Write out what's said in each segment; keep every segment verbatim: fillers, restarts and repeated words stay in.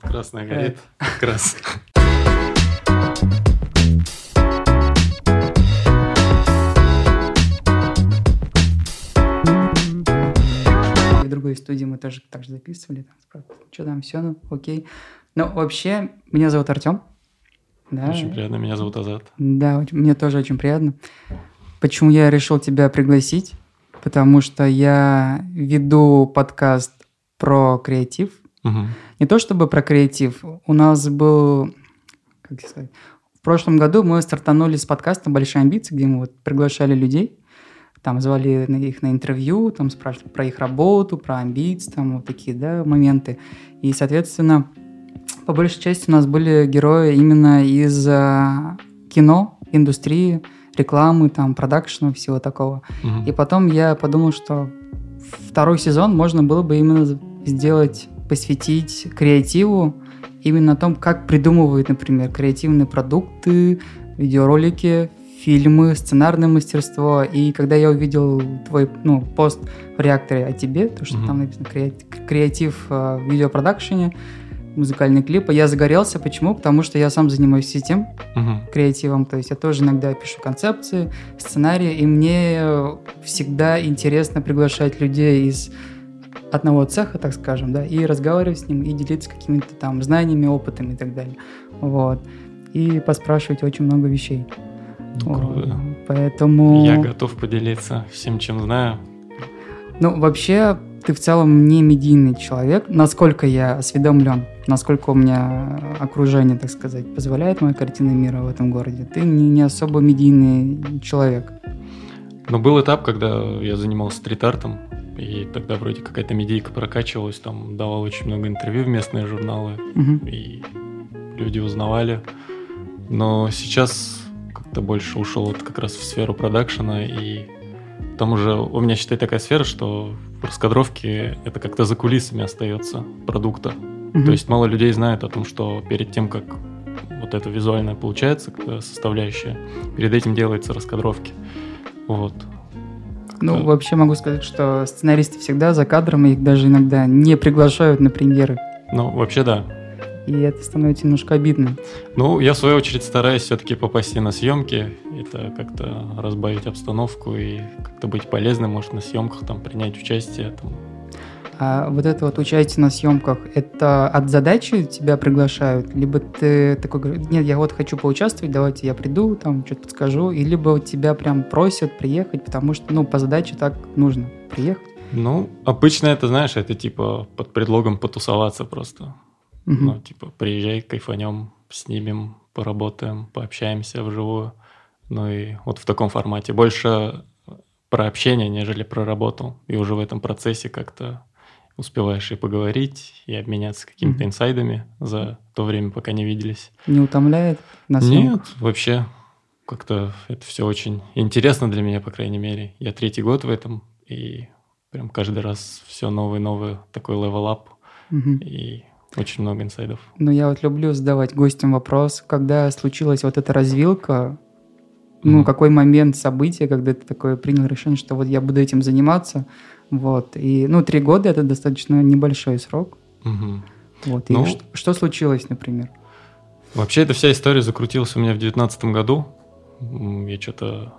вот красная горит. Как раз. В другой студии мы тоже так же записывали. Что там, все, ну, окей. Ну, вообще, меня зовут Артем. Да. Очень приятно, меня зовут Азат. Да, мне тоже очень приятно. Почему я решил тебя пригласить? Потому что я веду подкаст про креатив. Угу. Не то чтобы про креатив. У нас был, как сказать, в прошлом году мы стартанули с подкастом «Большие амбиции», где мы вот приглашали людей, там звали их на интервью, там спрашивали про их работу, про амбиции, там вот такие, да, моменты. И, соответственно, по большей части у нас были герои именно из uh, кино, индустрии, рекламы, там, продакшена, всего такого. Угу. И потом я подумал, что второй сезон можно было бы именно сделать, посвятить креативу, именно о том, как придумывают, например, креативные продукты, видеоролики, фильмы, сценарное мастерство. И когда я увидел твой, ну, пост в реакторе о тебе, то, что mm-hmm. там написано креатив, креатив в видеопродакшене, музыкальные клипы, я загорелся. Почему? Потому что я сам занимаюсь этим mm-hmm. креативом. То есть я тоже иногда пишу концепции, сценарии, и мне всегда интересно приглашать людей из одного цеха, так скажем, да, и разговаривать с ним, и делиться какими-то там знаниями, опытами и так далее. Вот. И поспрашивать очень много вещей. Ну, круто. Поэтому... Я готов поделиться всем, чем знаю. Ну, вообще, ты в целом не медийный человек, насколько я осведомлен, насколько у меня окружение, так сказать, позволяет моя картина мира в этом городе. Ты не, не особо медийный человек. Но был этап, когда я занимался стрит-артом, и тогда вроде какая-то медийка прокачивалась, там давал очень много интервью в местные журналы, угу. и люди узнавали. Но сейчас как-то больше ушел вот как раз в сферу продакшена, и там уже у меня, считай, такая сфера, что в раскадровке это как-то за кулисами остается продукта. Угу. То есть мало людей знают о том, что перед тем, как вот это визуальное получается, составляющая, перед этим делается раскадровки. Вот. Ну, вообще могу сказать, что сценаристы всегда за кадром, и их даже иногда не приглашают на премьеры. Ну, вообще да. И это становится немножко обидно. Ну, я в свою очередь стараюсь все-таки попасть на съемки, это как-то разбавить обстановку и как-то быть полезным, может, на съемках, там, принять участие. Там. А вот это вот участие на съемках, это от задачи тебя приглашают? Либо ты такой говоришь, нет, я вот хочу поучаствовать, давайте я приду, там, что-то подскажу, и либо тебя прям просят приехать, потому что, ну, по задаче так нужно приехать? Ну, обычно это, знаешь, это типа под предлогом потусоваться просто. Угу. Ну, типа, приезжай, кайфанем, снимем, поработаем, пообщаемся вживую. Ну и вот в таком формате. Больше про общение, нежели про работу. И уже в этом процессе как-то успеваешь и поговорить, и обменяться какими-то mm-hmm. инсайдами за то время, пока не виделись. Не утомляет на съемках? Нет, вообще как-то это все очень интересно для меня, по крайней мере. Я третий год в этом, и прям каждый раз все новый-новый такой левел-ап. Mm-hmm. И очень много инсайдов. Ну, я вот люблю задавать гостям вопрос, когда случилась вот эта развилка, ну, mm-hmm. какой момент события, когда ты такое принял решение, что вот я буду этим заниматься, вот, и, ну, три года – это достаточно небольшой срок, mm-hmm. вот, и ну, что, что случилось, например? Вообще, эта вся история закрутилась у меня в девятнадцатом году, я что-то,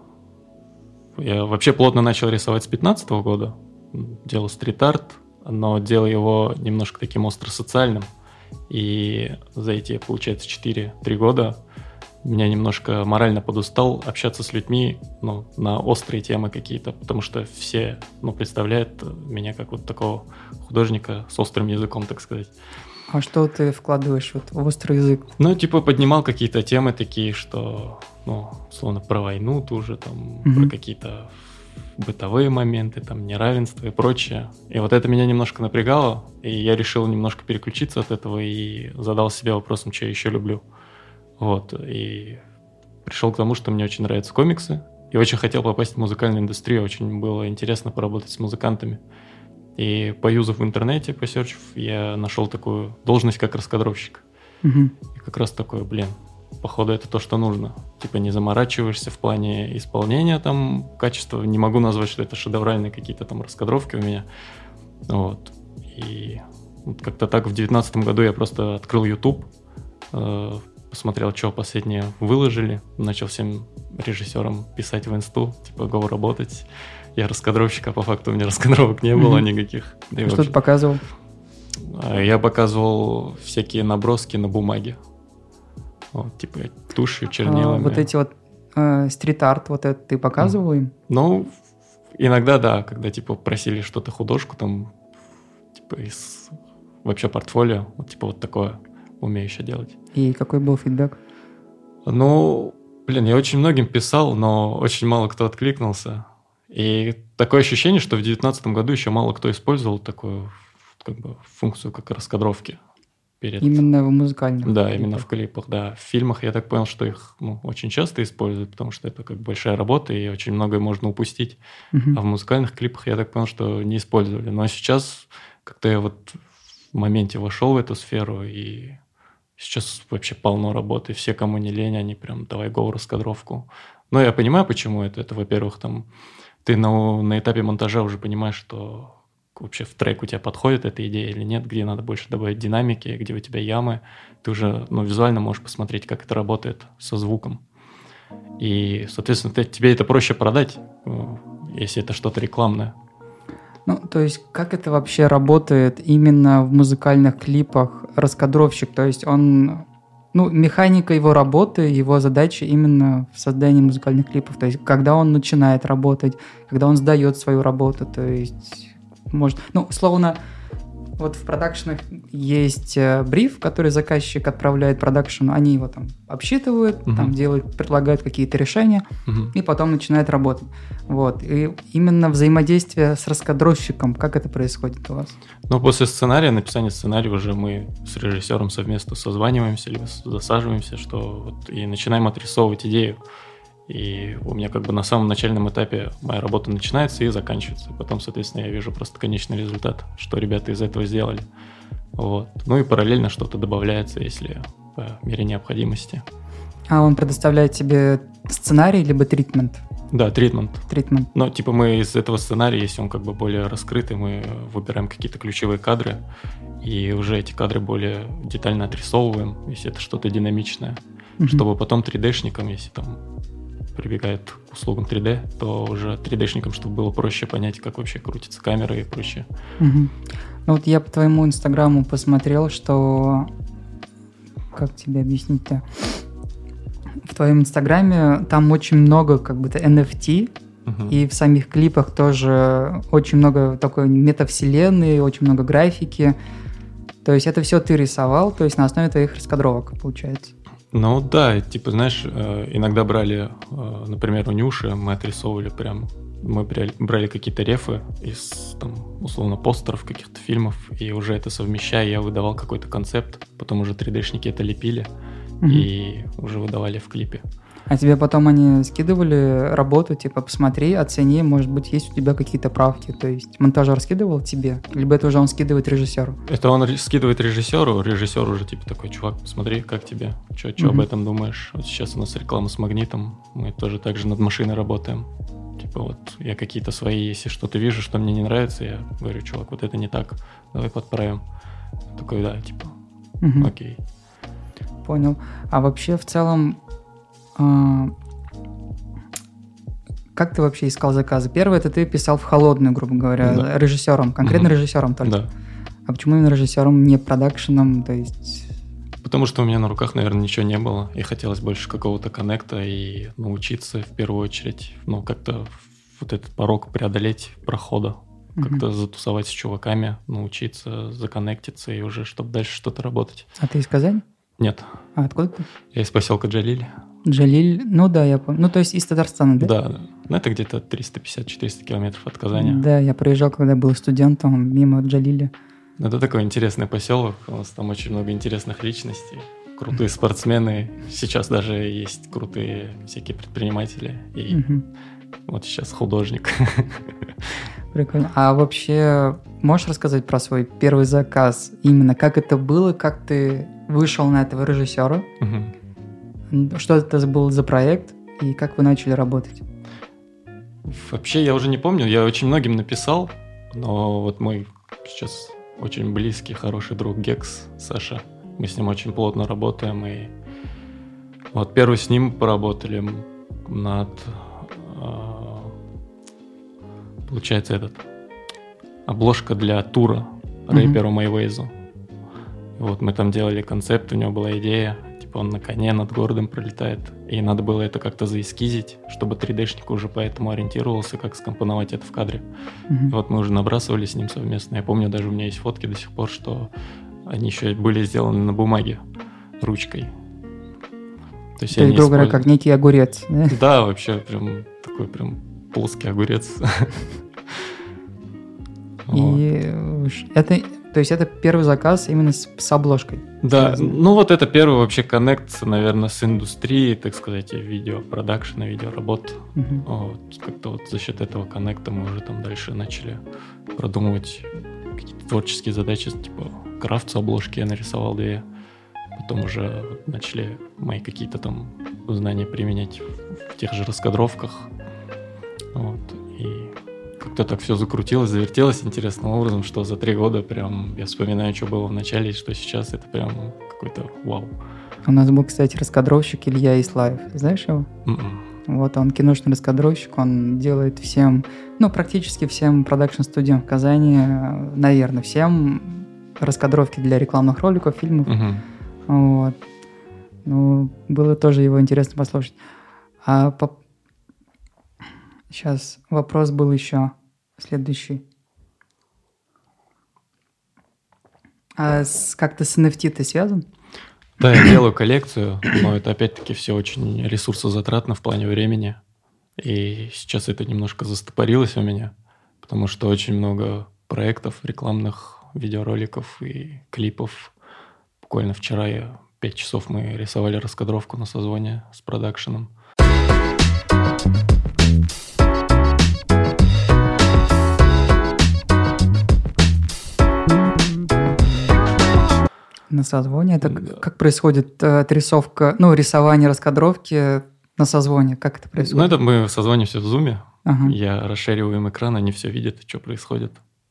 я вообще плотно начал рисовать с пятнадцатого года, делал стрит-арт, но делал его немножко таким остро-социальным, и за эти, получается, четыре-три года меня немножко морально подустал общаться с людьми, ну, на острые темы какие-то, потому что все, ну, представляют меня как вот такого художника с острым языком, так сказать. А что ты вкладываешь вот в острый язык? Ну, типа, поднимал какие-то темы такие, что, ну, словно про войну тоже, там, mm-hmm. про какие-то бытовые моменты, там, неравенство и прочее. И вот это меня немножко напрягало, и я решил немножко переключиться от этого и задал себе вопросом, что я еще люблю. Вот, и пришел к тому, что мне очень нравятся комиксы, и очень хотел попасть в музыкальную индустрию, очень было интересно поработать с музыкантами. И поюзав в интернете, посерчив, я нашел такую должность, как раскадровщик. Угу. И как раз такой, блин, походу это то, что нужно. Типа не заморачиваешься в плане исполнения там качества, не могу назвать, что это шедевральные какие-то там раскадровки у меня. Вот, и Вот как-то так в две тысячи девятнадцатом году я просто открыл YouTube, э, посмотрел, что последнее выложили, начал всем режиссерам писать в инсту, типа, го работать. Я раскадровщик, а по факту у меня раскадровок не было mm-hmm. никаких. Да что вообще... ты показывал? Я показывал всякие наброски на бумаге. Вот, типа тушью, чернилами. А, вот эти вот э, стрит-арт, вот это ты показывал им? Ну, иногда да, когда типа просили что-то художку, там, типа из вообще портфолио, вот типа вот такое умею еще делать. И какой был фидбэк? Ну, блин, я очень многим писал, но очень мало кто откликнулся. И такое ощущение, что в две тысячи девятнадцатом году еще мало кто использовал такую как бы функцию как раскадровки. Перед... Именно в музыкальных Да, клипах. именно в клипах, да. В фильмах я так понял, что их ну, очень часто используют, потому что это как большая работа, и очень многое можно упустить. Uh-huh. А в музыкальных клипах я так понял, что не использовали. Но сейчас как-то я вот в моменте вошел в эту сферу, и сейчас вообще полно работы. Все, кому не лень, они прям давай го раскадровку. Но я понимаю, почему это. Это, во-первых, там ты на, на этапе монтажа уже понимаешь, что вообще в трек у тебя подходит эта идея или нет, где надо больше добавить динамики, где у тебя ямы. Ты уже ну, визуально можешь посмотреть, как это работает со звуком. И, соответственно, ты, тебе это проще продать, если это что-то рекламное. Ну, то есть, как это вообще работает именно в музыкальных клипах раскадровщик? То есть, он... Ну, механика его работы, его задача именно в создании музыкальных клипов. То есть, когда он начинает работать, когда он сдает свою работу, то есть... Может, ну, условно, вот в продакшенах есть э, бриф, который заказчик отправляет продакшену, они его там обсчитывают, uh-huh. там делают, предлагают какие-то решения, uh-huh. и потом начинает работать. Вот. И именно взаимодействие с раскадровщиком, как это происходит у вас? Ну, после сценария, написания сценария уже мы с режиссером совместно созваниваемся, либо засаживаемся, что вот, и начинаем отрисовывать идею. И у меня как бы на самом начальном этапе моя работа начинается и заканчивается. И потом, соответственно, я вижу просто конечный результат, что ребята из этого сделали. Вот. Ну и параллельно что-то добавляется, если по мере необходимости. А он предоставляет тебе сценарий либо тритмент? Да, тритмент. Тритмент. Но типа мы из этого сценария, если он как бы более раскрытый, мы выбираем какие-то ключевые кадры, и уже эти кадры более детально отрисовываем, если это что-то динамичное, mm-hmm. чтобы потом три дэ-шникам, если там прибегает к услугам три дэ, то уже три дэ-шникам, чтобы было проще понять, как вообще крутится камера и прочее. Угу. Ну вот я по твоему инстаграму посмотрел, что... Как тебе объяснить-то? В твоем инстаграме там очень много как бы эн эф ти, угу. и в самих клипах тоже очень много такой метавселенной, очень много графики. То есть это все ты рисовал, то есть на основе твоих раскадровок, получается. Ну да, типа, знаешь, иногда брали, например, у Нюши, мы отрисовывали прям, мы брали какие-то рефы из, там, условно, постеров, каких-то фильмов, и уже это совмещая, я выдавал какой-то концепт, потом уже три дэ-шники это лепили, угу. и уже выдавали в клипе. А тебе потом они скидывали работу, типа, посмотри, оцени, может быть, есть у тебя какие-то правки, то есть монтажер скидывал тебе, либо это уже он скидывает режиссеру? Это он скидывает режиссеру, режиссер уже типа такой, чувак, посмотри, как тебе, что mm-hmm. об этом думаешь? Вот сейчас у нас реклама с Магнитом, мы тоже так же над машиной работаем. Типа вот я какие-то свои, если что-то вижу, что мне не нравится, я говорю, чувак, вот это не так, давай подправим. Такой, да, типа, mm-hmm. окей. Понял. А вообще в целом А, как ты вообще искал заказы? Первое, это ты писал в холодную, грубо говоря, да. режиссером, конкретно угу. режиссером только. Да. А почему именно режиссером, не продакшеном? То есть... Потому что у меня на руках, наверное, ничего не было, и хотелось больше какого-то коннекта и научиться в первую очередь, ну, как-то вот этот порог преодолеть прохода, угу. как-то затусовать с чуваками, научиться законнектиться и уже, чтобы дальше что-то работать. А ты из Казани? Нет. А откуда ты? Я из поселка Джалиль. Джалиль, ну да, я помню. Ну, то есть из Татарстана, да? Да, ну это где-то триста пятьдесят - четыреста километров от Казани. Да, я проезжал, когда был студентом, мимо Джалиля. Это такой интересный поселок, у нас там очень много интересных личностей, крутые спортсмены, сейчас даже есть крутые всякие предприниматели, и угу. вот сейчас художник. Прикольно. А вообще можешь рассказать про свой первый заказ? Именно как это было, как ты вышел на этого режиссера? Угу. Что это был за проект и как вы начали работать? Вообще я уже не помню, я очень многим написал, но вот мой сейчас очень близкий, хороший друг Гекс, Саша. Мы с ним очень плотно работаем, и вот первый с ним поработали над, получается, этот обложка для тура рэперу Мэйвейзу. Вот мы там делали концепт, у него была идея, типа он на коне над городом пролетает, и надо было это как-то заэскизить, чтобы три дэ-шник уже поэтому ориентировался, как скомпоновать это в кадре. Mm-hmm. И вот мы уже набрасывали с ним совместно. Я помню, даже у меня есть фотки до сих пор, что они еще были сделаны на бумаге ручкой. То есть, грубо говоря, как некий огурец. Да? Да, вообще прям такой прям плоский огурец. И это, то есть это первый заказ именно с, с обложкой. Да, ну вот это первый вообще коннект, наверное, с индустрией, так сказать, видеопродакшена, видеоработ. Uh-huh. Вот, как-то вот за счет этого коннекта мы уже там дальше начали продумывать какие-то творческие задачи, типа крафтс обложки я нарисовал две. Потом уже начали мои какие-то там знания применять в тех же раскадровках. Вот, и как-то так все закрутилось, завертелось интересным образом, что за три года прям я вспоминаю, что было в начале, и что сейчас это прям какой-то вау. У нас был, кстати, раскадровщик Илья Ислаев. Знаешь его? Mm-mm. Вот он киношный раскадровщик, он делает всем, ну, практически всем продакшн-студиям в Казани, наверное, всем раскадровки для рекламных роликов, фильмов. Mm-hmm. Вот. Ну, было тоже его интересно послушать. А по... Сейчас вопрос был еще следующий. А с, как-то с эн эф ти ты связан? Да, я делаю коллекцию, но это опять-таки все очень ресурсозатратно в плане времени. И сейчас это немножко застопорилось у меня, потому что очень много проектов, рекламных видеороликов и клипов. Буквально вчера я пять часов мы рисовали раскадровку на созвоне с продакшеном. На созвоне? Это да. Как происходит э, отрисовка, ну, рисование раскадровки на созвоне? Как это происходит? Ну, это мы созвонимся в Zoom. Ага. Я расшириваю им экран, они все видят, что происходит.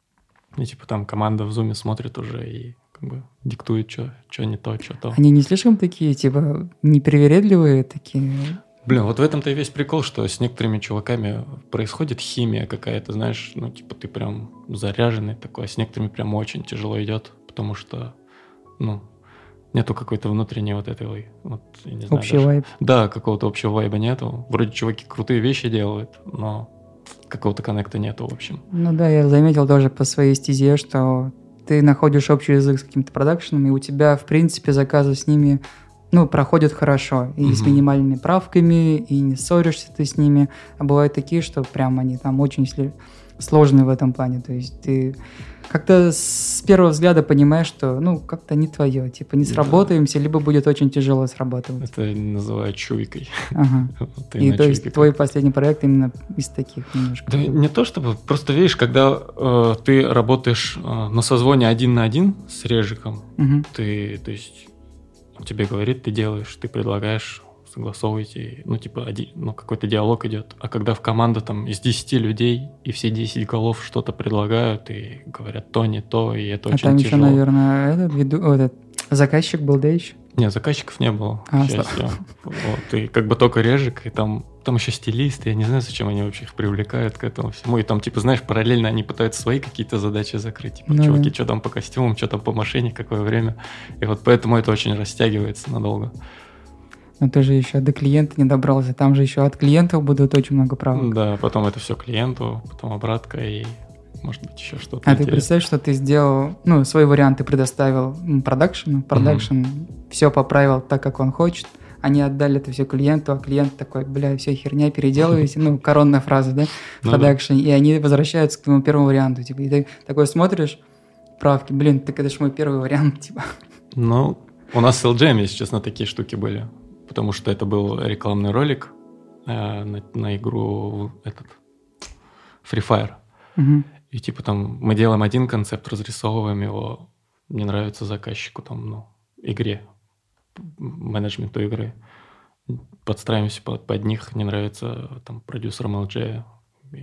И типа там команда в Zoom смотрит уже и как бы диктует, что, что не то, что то. Они не слишком такие, типа, непривередливые такие? Блин, вот в этом-то и весь прикол, что с некоторыми чуваками происходит химия какая-то, знаешь, ну, типа ты прям заряженный такой, а с некоторыми прям очень тяжело идет, потому что ну, нету какой-то внутренней вот этой вот, я не знаю, общий даже, вайб. Да, какого-то общего вайба нету. Вроде чуваки крутые вещи делают, но какого-то коннекта нету, в общем. Ну да, я заметил тоже по своей стезе, что ты находишь общий язык с каким-то продакшеном, и у тебя, в принципе, заказы с ними, ну, проходят хорошо. И угу. с минимальными правками, и не ссоришься ты с ними. А бывают такие, что прям они там очень сложные в этом плане. То есть ты как-то с первого взгляда понимаешь, что, ну, как-то не твое. Типа не сработаемся, да. Либо будет очень тяжело срабатывать. Это называют чуйкой. Ага. Вот и то есть твой последний проект именно из таких немножко. Да не то чтобы, просто видишь, когда э, ты работаешь э, на созвоне один на один с режиком, угу. ты, то есть, он тебе говорит, ты делаешь, ты предлагаешь, согласовываете, ну, типа, один, ну, какой-то диалог идет. А когда в команда там из десяти людей, и все десять голов что-то предлагают, и говорят то, не то, и это а очень там тяжело. еще, наверное, этот, веду, этот заказчик был, да, еще? Нет, заказчиков не было, а, к счастью. Вот, и как бы только режик, и там, там еще стилисты, я не знаю, зачем они вообще их привлекают к этому всему. И там, типа, знаешь, параллельно они пытаются свои какие-то задачи закрыть. Типа, ну, чуваки, да. Что там по костюмам, что там по машине, какое время. И вот поэтому это очень растягивается надолго. Но ты же еще до клиента не добрался, там же еще от клиентов будут очень много правок. Да, потом это все клиенту, потом обратка и, может быть, еще что-то А интересное. ты представь, что ты сделал, ну, свой вариант ты предоставил продакшену, продакшн mm-hmm. все поправил так, как он хочет, они отдали это все клиенту, а клиент такой, бля, все херня, переделывайте, ну, коронная фраза, да, в продакшне, и они возвращаются к твоему первому варианту, типа, и ты такой смотришь, правки, блин, так это же мой первый вариант, типа. Ну, у нас с эл джи, если честно, такие штуки были. Потому что это был рекламный ролик э, на, на игру этот Free Fire. Угу. И типа там мы делаем один концепт, разрисовываем его, не нравится заказчику там, ну, игре, менеджменту игры. Подстраиваемся под, под них, не нравится там продюсерам эл джи, и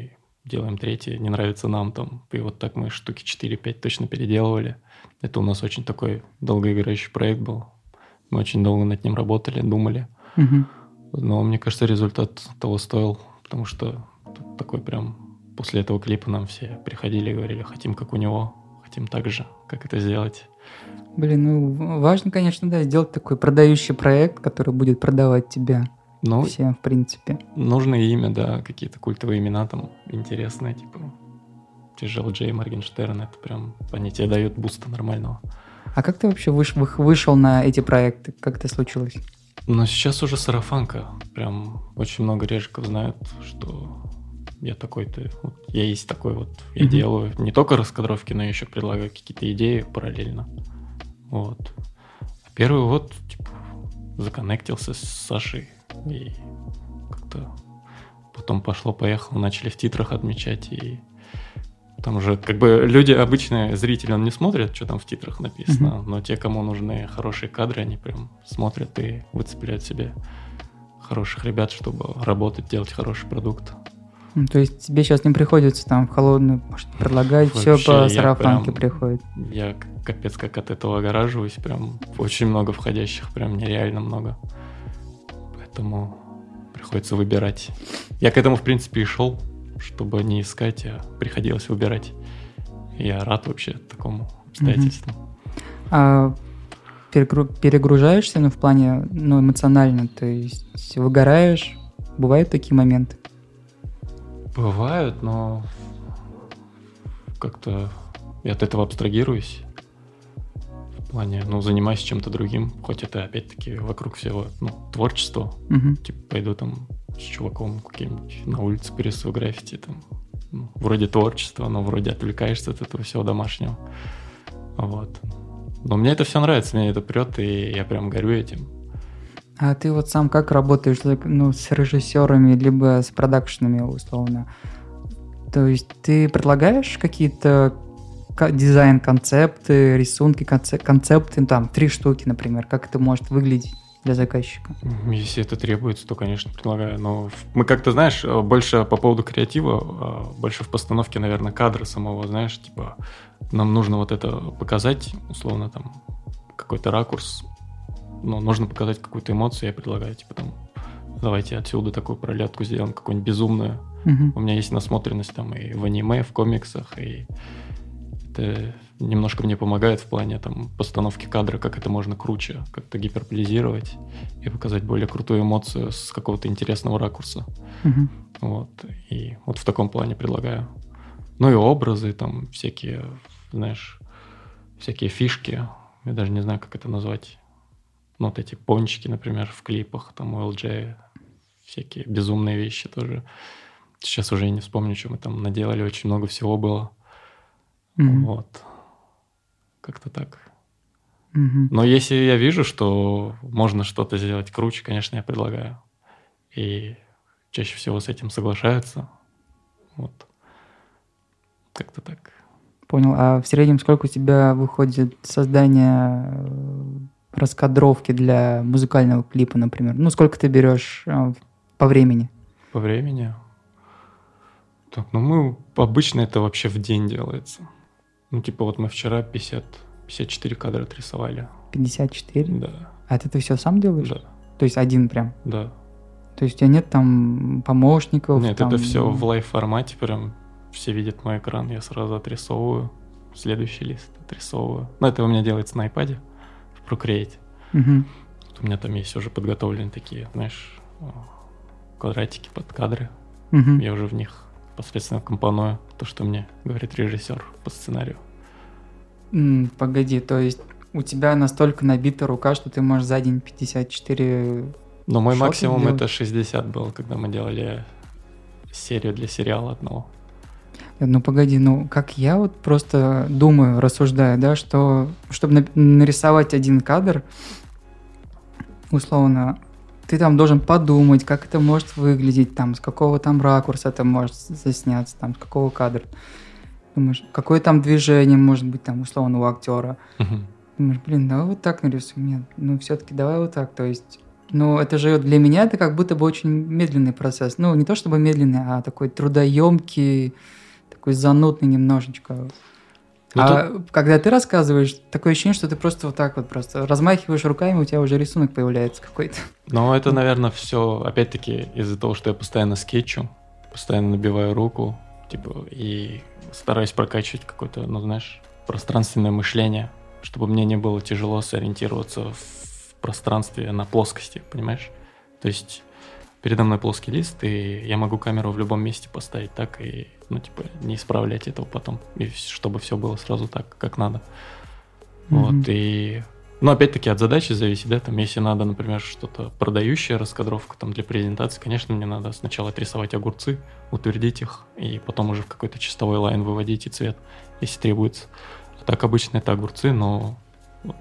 делаем третий, не нравится нам там. И вот так мы штуки четыре-пять точно переделывали. Это у нас очень такой долгоиграющий проект был. Мы очень долго над ним работали, думали. Угу. Но мне кажется, результат того стоил, потому что такой прям после этого клипа нам все приходили и говорили, хотим как у него, хотим так же, как это сделать. Блин, ну важно, конечно, да, сделать такой продающий проект, который будет продавать тебя. Ну, всем, в принципе. Нужно имя, да, какие-то культовые имена там интересные, типа Тяжел Джей, Моргенштерн, это прям, они тебе дают буста нормального. А как ты вообще выш, вышел на эти проекты? Как это случилось? Ну, сейчас уже сарафанка. Прям очень много режиков знают, что я такой-то, вот, я есть такой вот, я mm-hmm. делаю не только раскадровки, но еще предлагаю какие-то идеи параллельно. Вот. А первый вот, типа, законнектился с Сашей. И как-то потом пошло-поехало, начали в титрах отмечать, и там уже как бы люди, обычные зрители, он не смотрят, что там в титрах написано, mm-hmm. но те, кому нужны хорошие кадры, они прям смотрят и выцепляют себе хороших ребят, чтобы работать, делать хороший продукт. Ну, то есть тебе сейчас не приходится там в холодную предлагать, все по сарафанке приходит? Я капец как от этого огораживаюсь, прям очень много входящих, прям нереально много. Поэтому приходится выбирать. Я к этому, в принципе, и шел, чтобы не искать, а приходилось выбирать. Я рад вообще такому обстоятельству. Mm-hmm. А перегру- перегружаешься, ну, в плане, ну, эмоционально, то есть выгораешь? Бывают такие моменты? Бывают, но как-то я от этого абстрагируюсь. В плане, ну, занимаюсь чем-то другим, хоть это, опять-таки, вокруг всего, ну, творчество. Uh-huh. Типа, пойду там с чуваком каким-нибудь на улице порисую граффити, там, ну, вроде творчества, но вроде отвлекаешься от этого всего домашнего. Вот. Но мне это все нравится, мне это прет, и я прям горю этим. А ты вот сам как работаешь, ну, с режиссерами, либо с продакшенами, условно? То есть ты предлагаешь какие-то дизайн-концепты, рисунки, концеп- концепты, там, три штуки, например, как это может выглядеть для заказчика? Если это требуется, то, конечно, предлагаю. Но мы как-то, знаешь, больше по поводу креатива, больше в постановке, наверное, кадра самого, знаешь, типа, нам нужно вот это показать, условно, там, какой-то ракурс, но нужно показать какую-то эмоцию, я предлагаю, типа, там, давайте отсюда такую пролетку сделаем, какую-нибудь безумную. Uh-huh. У меня есть насмотренность там и в аниме, в комиксах, и это немножко мне помогает в плане там постановки кадра, как это можно круче, как-то гиперболизировать и показать более крутую эмоцию с какого-то интересного ракурса. Uh-huh. Вот. И вот в таком плане предлагаю. Ну и образы, там всякие, знаешь, всякие фишки, я даже не знаю, как это назвать. Ну, вот эти пончики, например, в клипах, там у эл джей, всякие безумные вещи тоже. Сейчас уже и не вспомню, что мы там наделали, очень много всего было. Mm-hmm. Вот. Как-то так. Mm-hmm. Но если я вижу, что можно что-то сделать круче, конечно, я предлагаю. И чаще всего с этим соглашаются. Вот. Как-то так. Понял. А в среднем сколько у тебя выходит создание раскадровки для музыкального клипа, например? Ну, сколько ты берешь э, по времени? По времени? Так, ну мы обычно это вообще в день делается. Ну, типа вот мы вчера пятьдесят, пятьдесят четыре кадра отрисовали. пятьдесят четыре? Да. А это ты все сам делаешь? Да. То есть один прям? Да. То есть у тебя нет там помощников? Нет, там... это все в лайв-формате, прям все видят мой экран, я сразу отрисовываю, следующий лист отрисовываю. Ну, это у меня делается на iPad, в Procreate. Угу. Вот у меня там есть уже подготовленные такие, знаешь, квадратики под кадры. Угу. Я уже в них посредственно компоную то, что мне говорит режиссер по сценарию. М, погоди, то есть у тебя настолько набита рука, что ты можешь за день пятьдесят четыре... Но мой максимум делать? Это шестьдесят был, когда мы делали серию для сериала одного. Ну погоди, ну как я вот просто думаю, рассуждаю, да, что чтобы на- нарисовать один кадр, условно, ты там должен подумать, как это может выглядеть, там, с какого там ракурса это может засняться, там, с какого кадра. Думаешь, какое там движение может быть, там, условно, у актера. Uh-huh. Думаешь, блин, давай вот так нарисуем. Нет, ну все-таки давай вот так. То есть Ну, это же для меня это как будто бы очень медленный процесс. Ну, не то чтобы медленный, а такой трудоемкий, такой занудный немножечко. Ну, а тут... когда ты рассказываешь, такое ощущение, что ты просто вот так вот просто размахиваешь руками, у тебя уже рисунок появляется какой-то. Ну, это, наверное, все, опять-таки, из-за того, что я постоянно скетчу, постоянно набиваю руку, типа, и стараюсь прокачивать какое-то, ну, знаешь, пространственное мышление, чтобы мне не было тяжело сориентироваться в пространстве на плоскости, понимаешь? То есть передо мной плоский лист, и я могу камеру в любом месте поставить так, и, ну, типа, не исправлять этого потом, и чтобы все было сразу так, как надо. Mm-hmm. Вот, и... Ну, опять-таки, от задачи зависит, да, там, если надо, например, что-то продающее, раскадровку там для презентации, конечно, мне надо сначала отрисовать огурцы, утвердить их, и потом уже в какой-то чистовой лайн выводить и цвет, если требуется. А так обычно это огурцы, но вот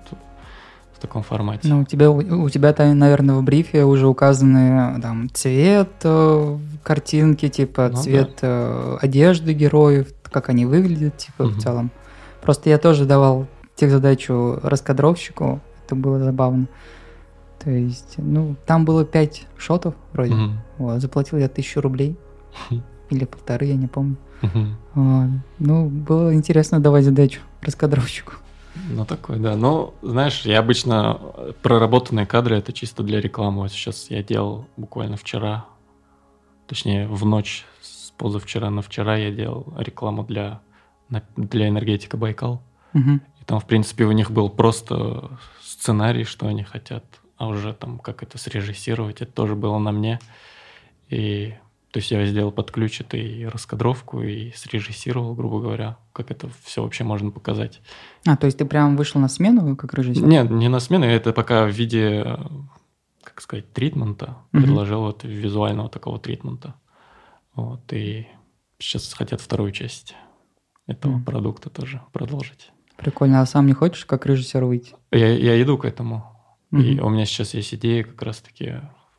в таком формате. Ну, у тебя, у тебя там, наверное, в брифе уже указаны там цвет э, картинки, типа ну, цвет да. э, одежды героев, как они выглядят, типа угу. в целом. Просто я тоже давал техзадачу раскадровщику, это было забавно. То есть, ну, там было пять шотов вроде. Угу. Вот, заплатил я тысячу рублей. Или полторы, я не помню. Угу. Вот. Ну, было интересно давать задачу раскадровщику. Ну, такой, да. Но, знаешь, я обычно проработанные кадры, это чисто для рекламы. Вот сейчас я делал буквально вчера, точнее, в ночь с позавчера на вчера я делал рекламу для, для энергетика Байкал. Угу. И там, в принципе, у них был просто сценарий, что они хотят, а уже там, как это срежиссировать, это тоже было на мне. И... То есть я сделал под ключ это и раскадровку, и срежиссировал, грубо говоря, как это все вообще можно показать. А, то есть ты прям вышел на смену как режиссер? Нет, не на смену, это пока в виде, как сказать, тритмента, угу. предложил вот визуального такого тритмента. Вот, и сейчас хотят вторую часть этого угу. продукта тоже продолжить. Прикольно, а сам не хочешь как режиссер выйти? Я, я иду к этому, угу. и у меня сейчас есть идея как раз-таки...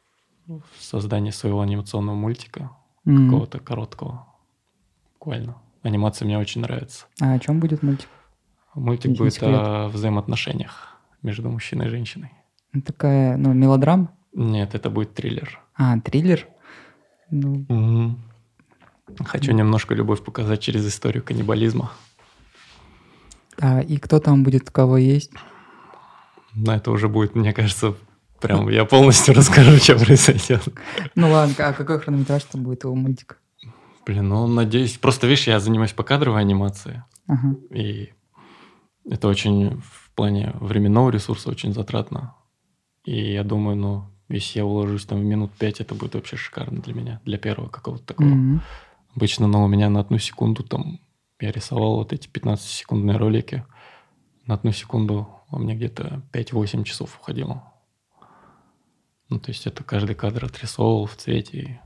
в создании своего анимационного мультика, mm-hmm. какого-то короткого, буквально. Анимация мне очень нравится. А о чем будет мультик? Мультик Если будет секрет. О взаимоотношениях между мужчиной и женщиной. Такая, ну, мелодрама? Нет, это будет триллер. А, триллер? Ну... Mm-hmm. Хочу mm-hmm. немножко любовь показать через историю каннибализма. А, и кто там будет, у кого есть? Ну, это уже будет, мне кажется... Прям я полностью расскажу, что произойдет. Ну ладно, а какой хронометраж там будет его мультика? Блин, ну надеюсь. Просто, видишь, я занимаюсь покадровой анимацией. Ага. И это очень в плане временного ресурса очень затратно. И я думаю, ну, если я уложусь там в минут пять, это будет вообще шикарно для меня, для первого какого-то такого. Mm-hmm. Обычно, ну, у меня на одну секунду там я рисовал вот эти пятнадцатисекундные ролики. На одну секунду у меня где-то пять-восемь часов уходило. Ну, то есть это каждый кадр отрисовывал в цвете.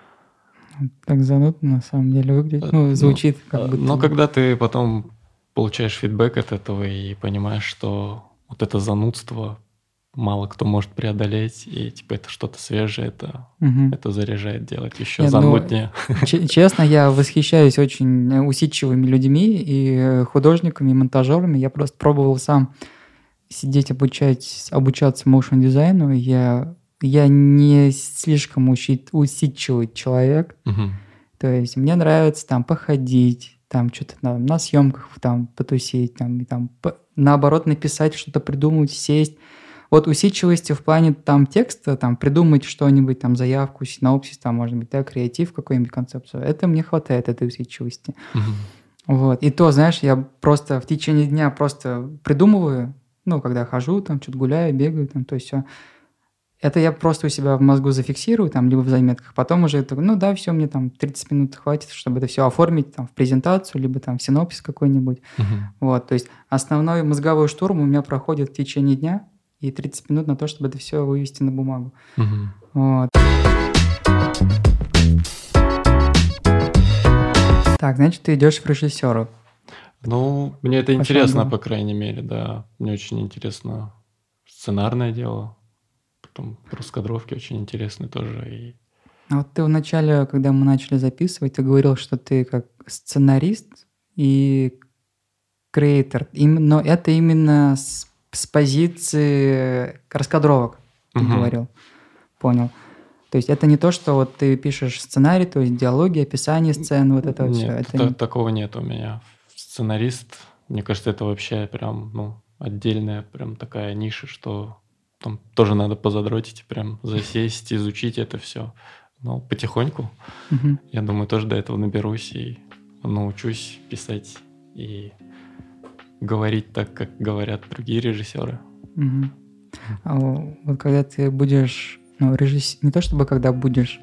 Так занудно, на самом деле, выглядит. Ну, звучит ну, как будто... Но когда ты потом получаешь фидбэк от этого и понимаешь, что вот это занудство мало кто может преодолеть, и типа это что-то свежее, это, угу. это заряжает делать еще Нет, зануднее. Ну, ч- честно, я восхищаюсь очень усидчивыми людьми и художниками, и монтажерами. Я просто пробовал сам сидеть, обучать, обучаться моушн-дизайну. Я... Я не слишком учит, усидчивый человек. Uh-huh. То есть мне нравится там походить, там что-то на, на съемках там потусить, там, и там по, наоборот написать, что-то придумать, сесть. Вот усидчивости в плане там текста, там придумать что-нибудь, там заявку, синопсис, там может быть, да, креатив, какую-нибудь концепцию. Это мне хватает, этой усидчивости. Uh-huh. Вот. И то, знаешь, я просто в течение дня просто придумываю, ну, когда хожу, там что-то гуляю, бегаю, там, то есть все. Это я просто у себя в мозгу зафиксирую, там, либо в заметках. Потом уже, ну да, все, мне там тридцать минут хватит, чтобы это все оформить там, в презентацию, либо там в синопсис какой-нибудь. Uh-huh. Вот, то есть основной мозговой штурм у меня проходит в течение дня, и тридцать минут на то, чтобы это все вывести на бумагу. Uh-huh. Вот. Так, значит, ты идешь в режиссеру. Ну, мне это интересно, по крайней мере, да. Мне очень интересно сценарное дело. Потом раскадровки очень интересные тоже. И... А вот ты вначале, когда мы начали записывать, ты говорил, что ты как сценарист и креатор. Но это именно с, с позиции раскадровок. ты Мгм. говорил. Понял. То есть это не то, что вот ты пишешь сценарий, то есть диалоги, описание сцен, вот это вот все. Нет, Это та- не... такого нет у меня. Сценарист, мне кажется, это вообще прям, ну, отдельная прям такая ниша, что там тоже надо позадротить, прям засесть, изучить это все. Но потихоньку, Мгм. я думаю, тоже до этого наберусь и научусь писать и говорить так, как говорят другие режиссеры. Мгм. А о- вот когда ты будешь, ну, режисс... не то чтобы когда будешь,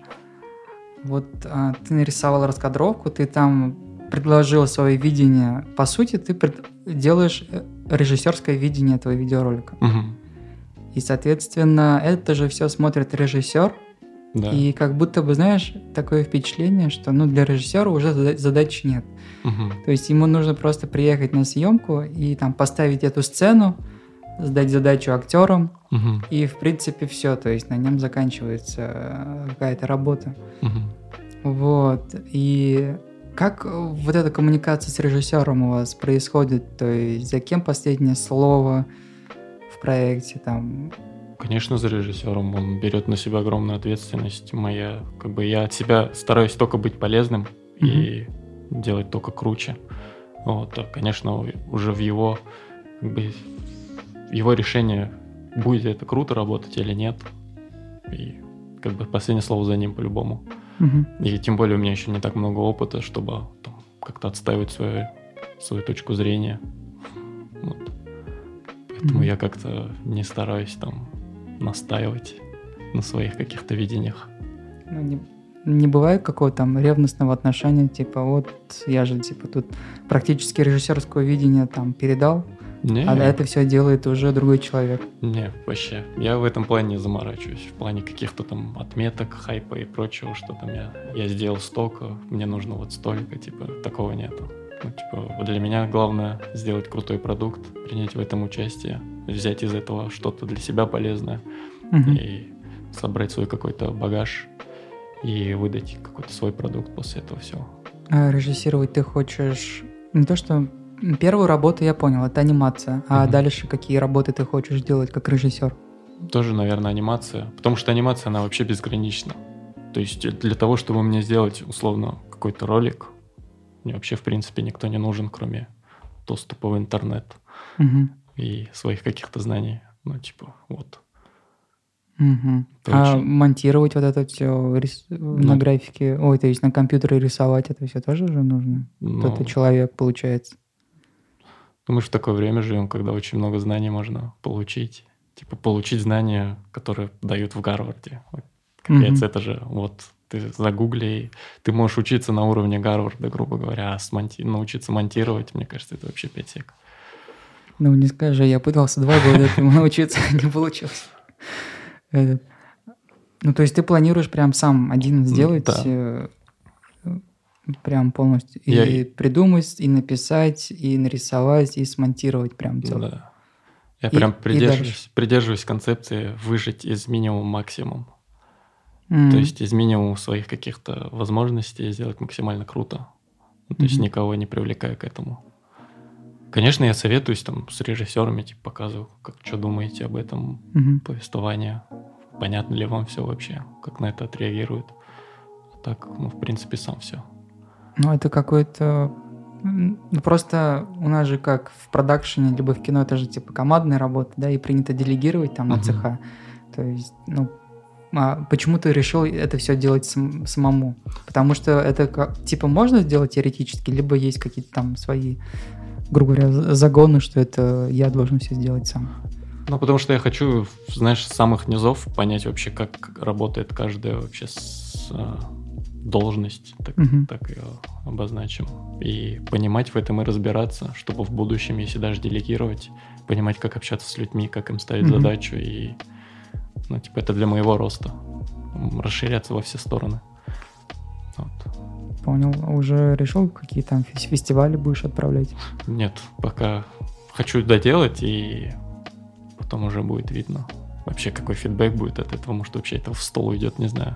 вот а, ты нарисовал раскадровку, ты там предложил свое видение. По сути, ты пред- делаешь э, режиссерское видение этого видеоролика. Мгм. И, соответственно, это же все смотрит режиссер. Да. И как будто бы, знаешь, такое впечатление, что ну, для режиссера уже зада- задач нет. Мгм. То есть ему нужно просто приехать на съемку и там поставить эту сцену, сдать задачу актерам, Мгм. и в принципе все. То есть на нем заканчивается э, какая-то работа. Мгм. Вот. И как э, вот эта коммуникация с режиссером у вас происходит? То есть за кем последнее слово в проекте? Там... Конечно, за режиссером он берет на себя огромную ответственность. Моя, как бы я от себя стараюсь только быть полезным и делать только круче. Вот, а, конечно, уже в его, как бы, в его решение, будет это круто работать или нет. И как бы последнее слово за ним по-любому. Мгм. И тем более у меня еще не так много опыта, чтобы там, как-то отстаивать свою, свою точку зрения. Вот. Поэтому Мгм. я как-то не стараюсь там настаивать на своих каких-то видениях. Ну, не, не бывает какого-то там ревностного отношения, типа вот я же типа тут практически режиссерское видение там передал, Не, а это все делает уже другой человек. не, вообще. Я в этом плане не заморачиваюсь. В плане каких-то там отметок, хайпа и прочего, что там я, я сделал столько, мне нужно вот столько, типа, такого нету. Ну, типа, вот для меня главное сделать крутой продукт, принять в этом участие, взять из этого что-то для себя полезное Мгм. и собрать свой какой-то багаж и выдать какой-то свой продукт после этого всего. А режиссировать ты хочешь не то, что первую работу я понял, это анимация, а Мгм. дальше какие работы ты хочешь делать как режиссер? Тоже, наверное, анимация, потому что анимация, она вообще безгранична. То есть для того, чтобы мне сделать, условно, какой-то ролик, мне вообще, в принципе, никто не нужен, кроме доступа в интернет Мгм. и своих каких-то знаний. Ну, типа, вот. Мгм. Это А очень- монтировать вот это все на Ну, графике, ой, то есть на компьютере рисовать, это все тоже же нужно? ну, Кто-то человек, получается. мы же в такое время живем, когда очень много знаний можно получить. Типа, получить знания, которые дают в Гарварде. Вот, капец, Мгм. это же вот ты загугли, и ты можешь учиться на уровне Гарварда, грубо говоря, а смонти- научиться монтировать, мне кажется, это вообще пять сек. Ну, не скажи, я пытался два года этому научиться, не получилось. Этот. Ну, то есть ты планируешь прям сам один сделать, да. э, прям полностью, и Я- придумать, и написать, и нарисовать, и смонтировать прям целое. Да. Я И- прям и придерживаюсь, придерживаюсь концепции выжать из минимума максимум. М. То есть из минимума своих каких-то возможностей сделать максимально круто. Ну, то есть Мгм. никого не привлекая к этому. Конечно, я советуюсь там с режиссерами, типа показываю, как что думаете об этом Мгм. повествовании, понятно ли вам все вообще, как на это отреагируют. А так, ну, в принципе, сам все. Ну, это какой-то... м, Ну, просто у нас же как в продакшене, либо в кино, это же типа командная работа, да, и принято делегировать там на Мгм. цеха. То есть, ну, а почему ты решил это все делать сам- самому? Потому что это как, типа можно сделать теоретически, либо есть какие-то там свои, грубо говоря, за- загоны, что это я должен все сделать сам. Ну, потому что я хочу, знаешь, с самых низов понять вообще, как работает каждая вообще с, а, должность, так, Мгм. так ее обозначим. И понимать в этом и разбираться, чтобы в будущем, если даже делегировать, понимать, как общаться с людьми, как им ставить Мгм. задачу. И, ну, типа, это для моего роста. М, Расширяться во все стороны. Вот. Понял. А уже решил, какие там фес- фестивали будешь отправлять? Нет, пока хочу доделать, и потом уже будет видно. Вообще, какой фидбэк будет от этого, может, вообще это в стол уйдет, не знаю.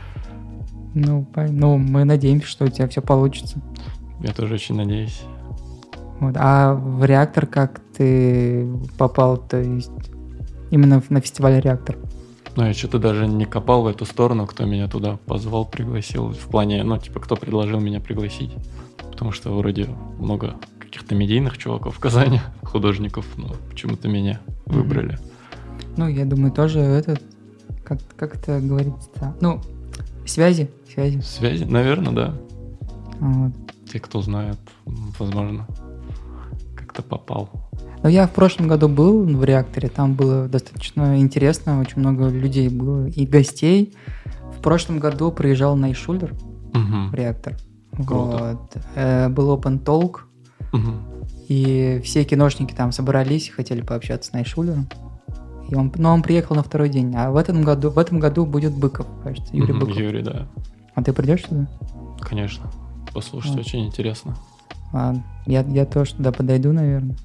Ну, по- ну, мы надеемся, что у тебя все получится. Я тоже очень надеюсь. Вот. А в реактор как ты попал, то есть именно в- на фестиваль реактор? Ну, я что-то даже не копал в эту сторону, кто меня туда позвал, пригласил. В плане, ну, типа, кто предложил меня пригласить. Потому что вроде много каких-то медийных чуваков в Казани, художников, но почему-то меня выбрали. Ну, я думаю, тоже этот, как, как это говорится-то? Ну, связи, связи. Связи, наверное, да. Вот. Те, кто знает, возможно, как-то попал. Но я в прошлом году был в реакторе, там было достаточно интересно, очень много людей было и гостей. В прошлом году приезжал Найшулер Угу. в реактор. Круто. Вот. Э, был Open Talk, Угу. и все киношники там собрались, хотели пообщаться с Найшулером. И он, но он приехал на второй день. А в этом году, в этом году будет Быков, кажется, Юрий Угу. Быков. Юрий, да. А ты придешь туда? Конечно. Послушать Вот. очень интересно. Ладно. Я, я тоже туда подойду, наверное.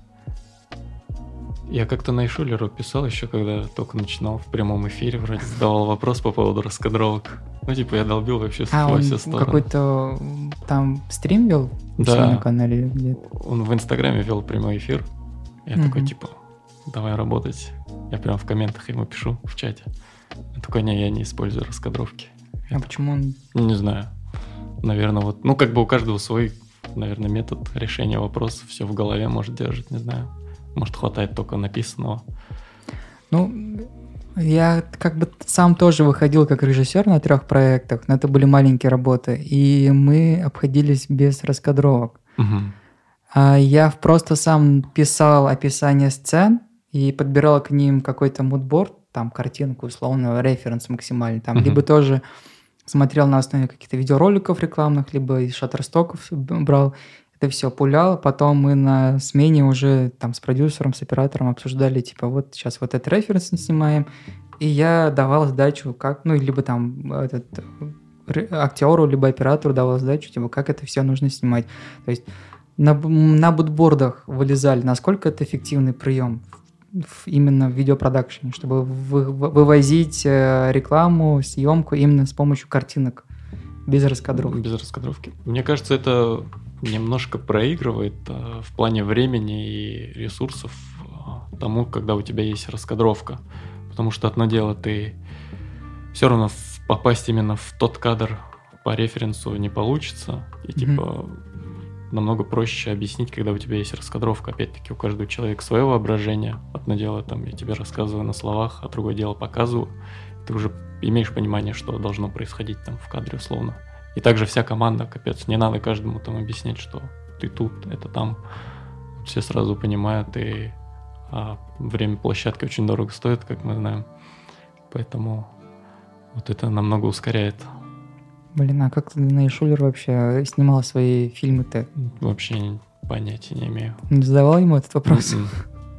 Я как-то Найшулеру писал еще, когда только начинал в прямом эфире, вроде задавал вопрос по поводу раскадровок. Ну, типа, я долбил вообще А во он все стороны. какой-то м, там стрим вел у Да. себя на канале или где-то? Он в Инстаграме вел прямой эфир. Я Мгм. такой, типа, давай работать. Я прям в комментах ему пишу в чате. Он такой, не, я не использую раскадровки. А почему он... Ну, не знаю. Наверное, вот, ну, как бы у каждого свой, наверное, метод решения вопроса. Все в голове может держать, не знаю. Может, хватает только написанного. Ну, я как бы сам тоже выходил как режиссер на трех проектах, но это были маленькие работы, и мы обходились без раскадровок. Мгм. А я просто сам писал описание сцен и подбирал к ним какой-то мудборд, там картинку, условно, референс максимальный, там, Мгм. либо тоже смотрел на основе каких-то видеороликов рекламных, либо из шаттерстоков брал, это все пулял, потом мы на смене уже там с продюсером, с оператором обсуждали, типа, вот сейчас вот этот референс снимаем, и я давал задачу, как, ну, либо там этот ре- актеру, либо оператору давал задачу, типа, как это все нужно снимать. То есть на, б- на бутбордах вылезали, насколько это эффективный прием в- именно в видеопродакшене, чтобы вы- вы- вывозить э, рекламу, съемку именно с помощью картинок, без раскадровки. Без раскадровки. Мне кажется, это немножко проигрывает а, в плане времени и ресурсов а, тому, когда у тебя есть раскадровка. Потому что одно дело, ты все равно в- попасть именно в тот кадр по референсу не получится. И типа намного проще объяснить, когда у тебя есть раскадровка. Опять-таки, у каждого человека свое воображение. Одно дело, там, я тебе рассказываю на словах, а другое дело показываю. Ты уже имеешь понимание, что должно происходить там в кадре условно. И также вся команда, капец, не надо каждому там объяснять, что ты тут, это там. Все сразу понимают, и а, время площадки очень дорого стоит, как мы знаем. Поэтому вот это намного ускоряет. Блин, а как ты, Найшулер, вообще снимал свои фильмы-то? Вообще понятия не имею. Не задавал ему этот вопрос? М-м.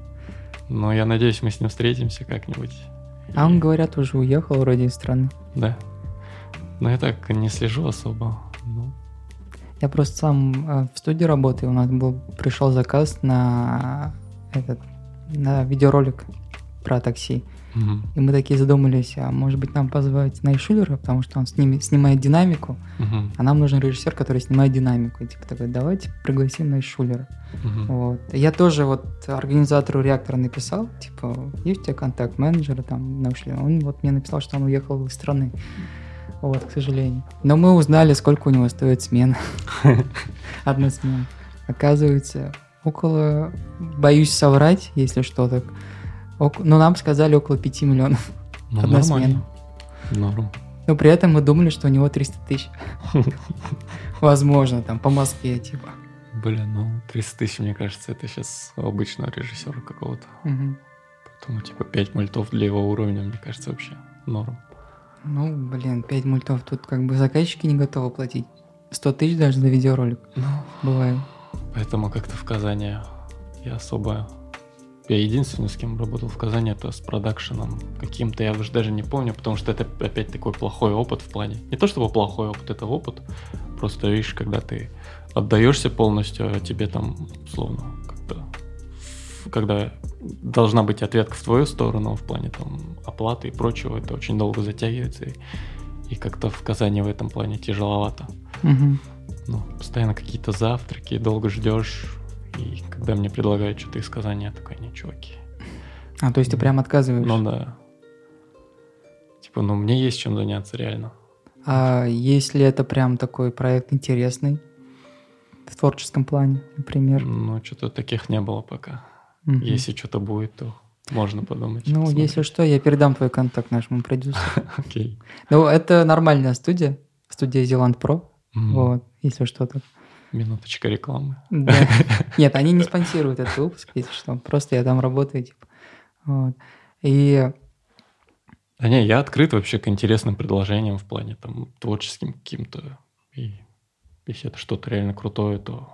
Но я надеюсь, мы с ним встретимся как-нибудь. А он, И- говорят, уже уехал вроде из страны. Да. Но я так не слежу особо. Ну, Я просто сам э, в студии работаю, у нас был, пришел заказ на этот, на видеоролик про такси. мгм, И мы такие задумались, а может быть нам позвать Найшулера, потому что он с ними снимает динамику, мгм, а нам нужен режиссер, который снимает динамику. И типа такой, давайте пригласим Найшулера. мгм. Вот. Я тоже вот организатору реактора написал, типа, есть у тебя контакт менеджера там нашли. Он вот мне написал, что он уехал из страны. Вот, к сожалению. Но мы узнали, сколько у него стоит смена. Одна смена. Оказывается, около, боюсь соврать, если что, так, ок- но нам сказали около пяти миллионов. Ну, Одна нормально. Норм. Но при этом мы думали, что у него триста тысяч. Возможно, там, по Москве, типа. Блин, ну триста тысяч, мне кажется, это сейчас у обычного режиссера какого-то. Мгм. Поэтому, типа, пять мультов для его уровня, мне кажется, вообще норм. Ну, блин, пять мультов тут как бы заказчики не готовы платить. сто тысяч даже за видеоролик. Ну, Бывает. поэтому как-то в Казани я особо... Я единственный, с кем работал в Казани, это с продакшеном каким-то, я уже даже не помню, потому что это опять такой плохой опыт в плане. Не то чтобы плохой опыт, это опыт. Просто, видишь, когда ты отдаешься полностью, а тебе там, условно, как-то... Когда должна быть ответка в твою сторону в плане там оплаты и прочего, это очень долго затягивается. И, и как-то в Казани в этом плане тяжеловато. Мгм. Ну, постоянно какие-то завтраки, долго ждешь. И когда мне предлагают что-то из Казани, я такой, не, чуваки. А, то есть ты прям отказываешь? Ну да. Типа, ну, мне есть чем заняться, реально. А если это прям такой проект интересный, в творческом плане, например? Ну, что-то таких не было пока. Угу. Если что-то будет, то можно подумать. Ну, посмотреть. если что, я передам твой контакт нашему продюсеру. Окей. Ну, это нормальная студия, студия Zealand Pro, Мгм. вот, если что-то. Минуточка рекламы. Да. Нет, они не спонсируют этот выпуск, если что, просто я там работаю, типа. Вот. И Да не, я открыт вообще к интересным предложениям в плане там творческим каким-то. И если это что-то реально крутое, то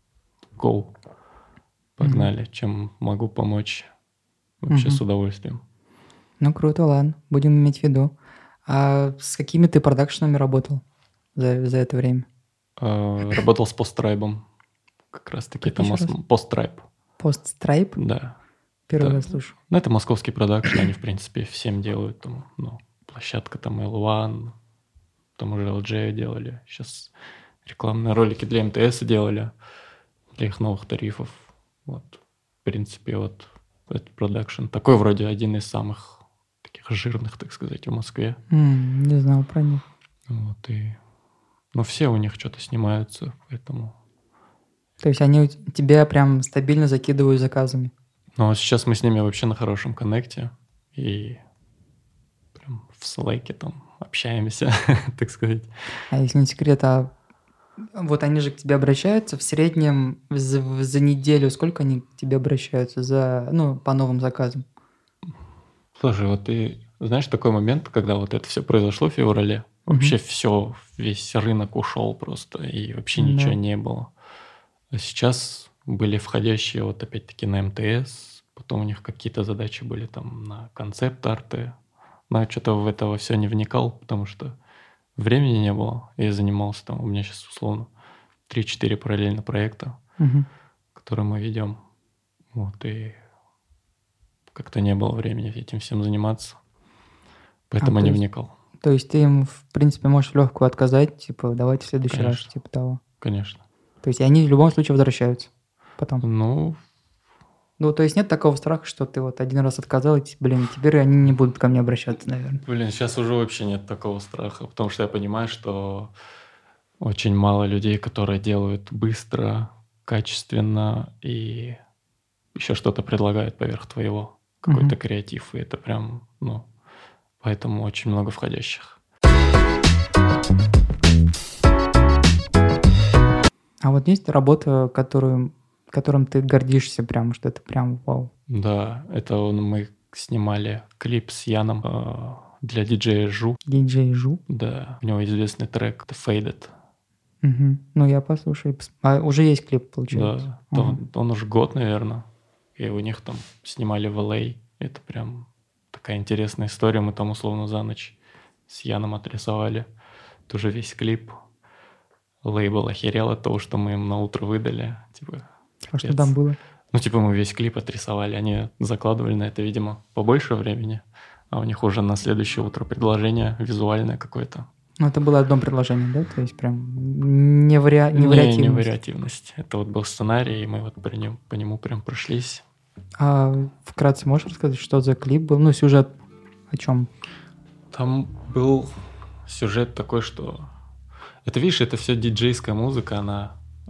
go. Погнали. Чем могу помочь, вообще Мгм. с удовольствием. ну круто, ладно, будем иметь в виду. А с какими ты продакшенами работал за, за это время? А, Работал с посттрайбом. Как раз таки Как это еще мос- раз? посттрайб. Постстрайп? Да. Первый Да. раз слышу. Ну, это московский продакшн, они, в принципе, всем делают. Там, ну, площадка там эл один, там уже эл джей делали. Сейчас рекламные ролики для эм тэ эс делали, для их новых тарифов. Вот, в принципе, вот этот продакшн. Такой вроде один из самых таких жирных, так сказать, в Москве. М, не знал про них. Вот, и... Ну, все у них что-то снимаются, поэтому... То есть они у т- тебя прям стабильно закидывают заказами. Ну, а сейчас мы с ними вообще на хорошем коннекте. И прям в слайке там общаемся, так сказать. А если не секрет, а вот они же к тебе обращаются в среднем за, за неделю, сколько они к тебе обращаются за, ну, по новым заказам? Слушай, вот ты знаешь такой момент, когда вот это все произошло в феврале, вообще все, весь рынок ушел просто, и вообще Да. ничего не было. А сейчас были входящие вот опять-таки на эм тэ эс, потом у них какие-то задачи были там на концепт-арты. Но я что-то в это все не вникал, потому что времени не было. Я занимался там, у меня сейчас условно три-четыре параллельно проекта, Мгм. которые мы ведем. Вот, и как-то не было времени этим всем заниматься. Поэтому А, то не есть- вникал. То есть ты им, в принципе, можешь в легкую отказать, типа, давайте в следующий раз, Конечно. типа того. Конечно. То есть они в любом случае возвращаются потом. Ну, Ну, то есть нет такого страха, что ты вот один раз отказал, и, блин, теперь они не будут ко мне обращаться, наверное. блин, сейчас уже вообще нет такого страха, потому что я понимаю, что очень мало людей, которые делают быстро, качественно и еще что-то предлагают поверх твоего, какой-то Мгм. креатив, и это прям, ну, поэтому очень много входящих. А вот есть работа, которую, которым ты гордишься прям, что это прям вау. Да, это он- мы снимали клип с Яном э, для диджея Жу. Диджей Жу. Да, у него известный трек The Faded. Мгм. Ну, я послушаю. пос- А уже есть клип, получается? Да, Ага. он, он уже год, наверное. И у них там снимали в эл эй. Это прям такая интересная история. Мы там условно за ночь с Яном отрисовали тоже весь клип. Лейбл охерел от того, что мы им на утро выдали. Типа, А что капец. там было? Ну, типа, мы весь клип отрисовали. Они закладывали на это, видимо, побольше времени. А у них уже на следующее утро предложение визуальное какое-то. Ну, это было одно предложение, да? То есть прям не, вариа... не, Не, вариативность. не вариативность. Это вот был сценарий, и мы вот по нему, по нему прям прошлись. А вкратце можешь рассказать, что за клип был? Ну, сюжет о чем? Там был сюжет такой, что... Это, видишь, это все диджейская музыка, она э,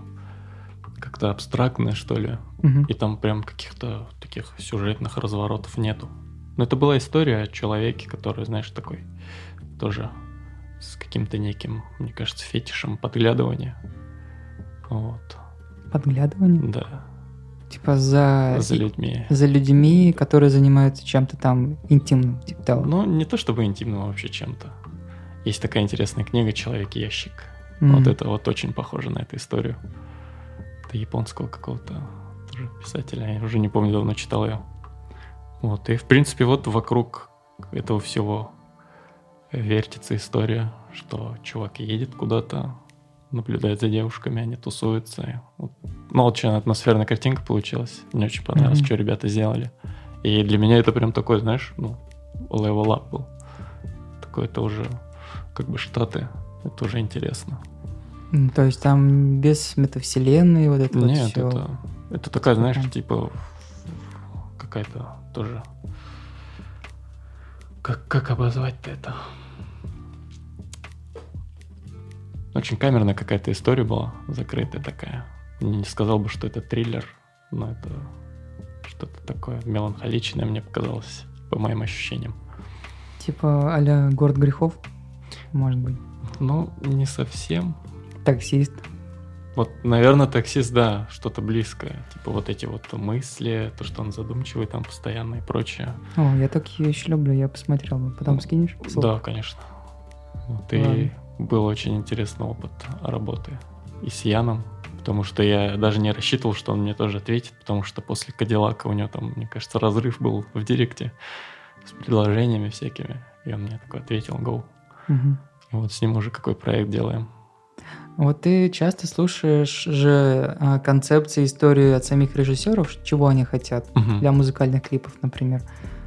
как-то абстрактная, что ли. Мгм. И там прям каких-то таких сюжетных разворотов нету. Но это была история о человеке, который, знаешь, такой тоже с каким-то неким, мне кажется, фетишем подглядывания. Вот. Подглядывание? Да. Типа за... За людьми. за людьми, которые занимаются чем-то там интимным, типа того. Ну, не то чтобы интимным, а вообще чем-то. Есть такая интересная книга «Человек-ящик». М. Вот это вот очень похоже на эту историю. Это японского какого-то тоже писателя. Я уже не помню, давно читал ее. Вот. И, в принципе, вот вокруг этого всего вертится история, что чувак едет куда-то, наблюдает за девушками, они тусуются. И вот. Ну, очень атмосферная картинка получилась. Мне очень понравилось, Мгм. что ребята сделали. И для меня это прям такой, знаешь, ну, level up был. Такой это уже как бы Штаты. Это уже интересно. М, То есть там без метавселенной вот это вот Нет, всё. это, это такая, знаешь, Прям. типа какая-то тоже как, как обозвать-то это? Очень камерная какая-то история была, закрытая такая. Не сказал бы, что это триллер, но это что-то такое меланхоличное, мне показалось, по моим ощущениям. Типа а-ля «Город грехов», может быть? Ну, не совсем. «Таксист». Вот, наверное, «Таксист», да, что-то близкое. Типа вот эти вот мысли, то, что он задумчивый там постоянно и прочее. О, я такие еще люблю, я посмотрел. Потом скинешь? Ссылку? Да, конечно. Вот, и был очень интересный опыт работы и с Яном, потому что я даже не рассчитывал, что он мне тоже ответит, потому что после «Кадиллака» у него там, мне кажется, разрыв был в директе с предложениями всякими, и он мне такой ответил: «Go». Угу. И вот с ним уже какой проект делаем. Вот ты часто слушаешь же а, концепции, истории от самих режиссеров, чего они хотят uh-huh. для музыкальных клипов, например.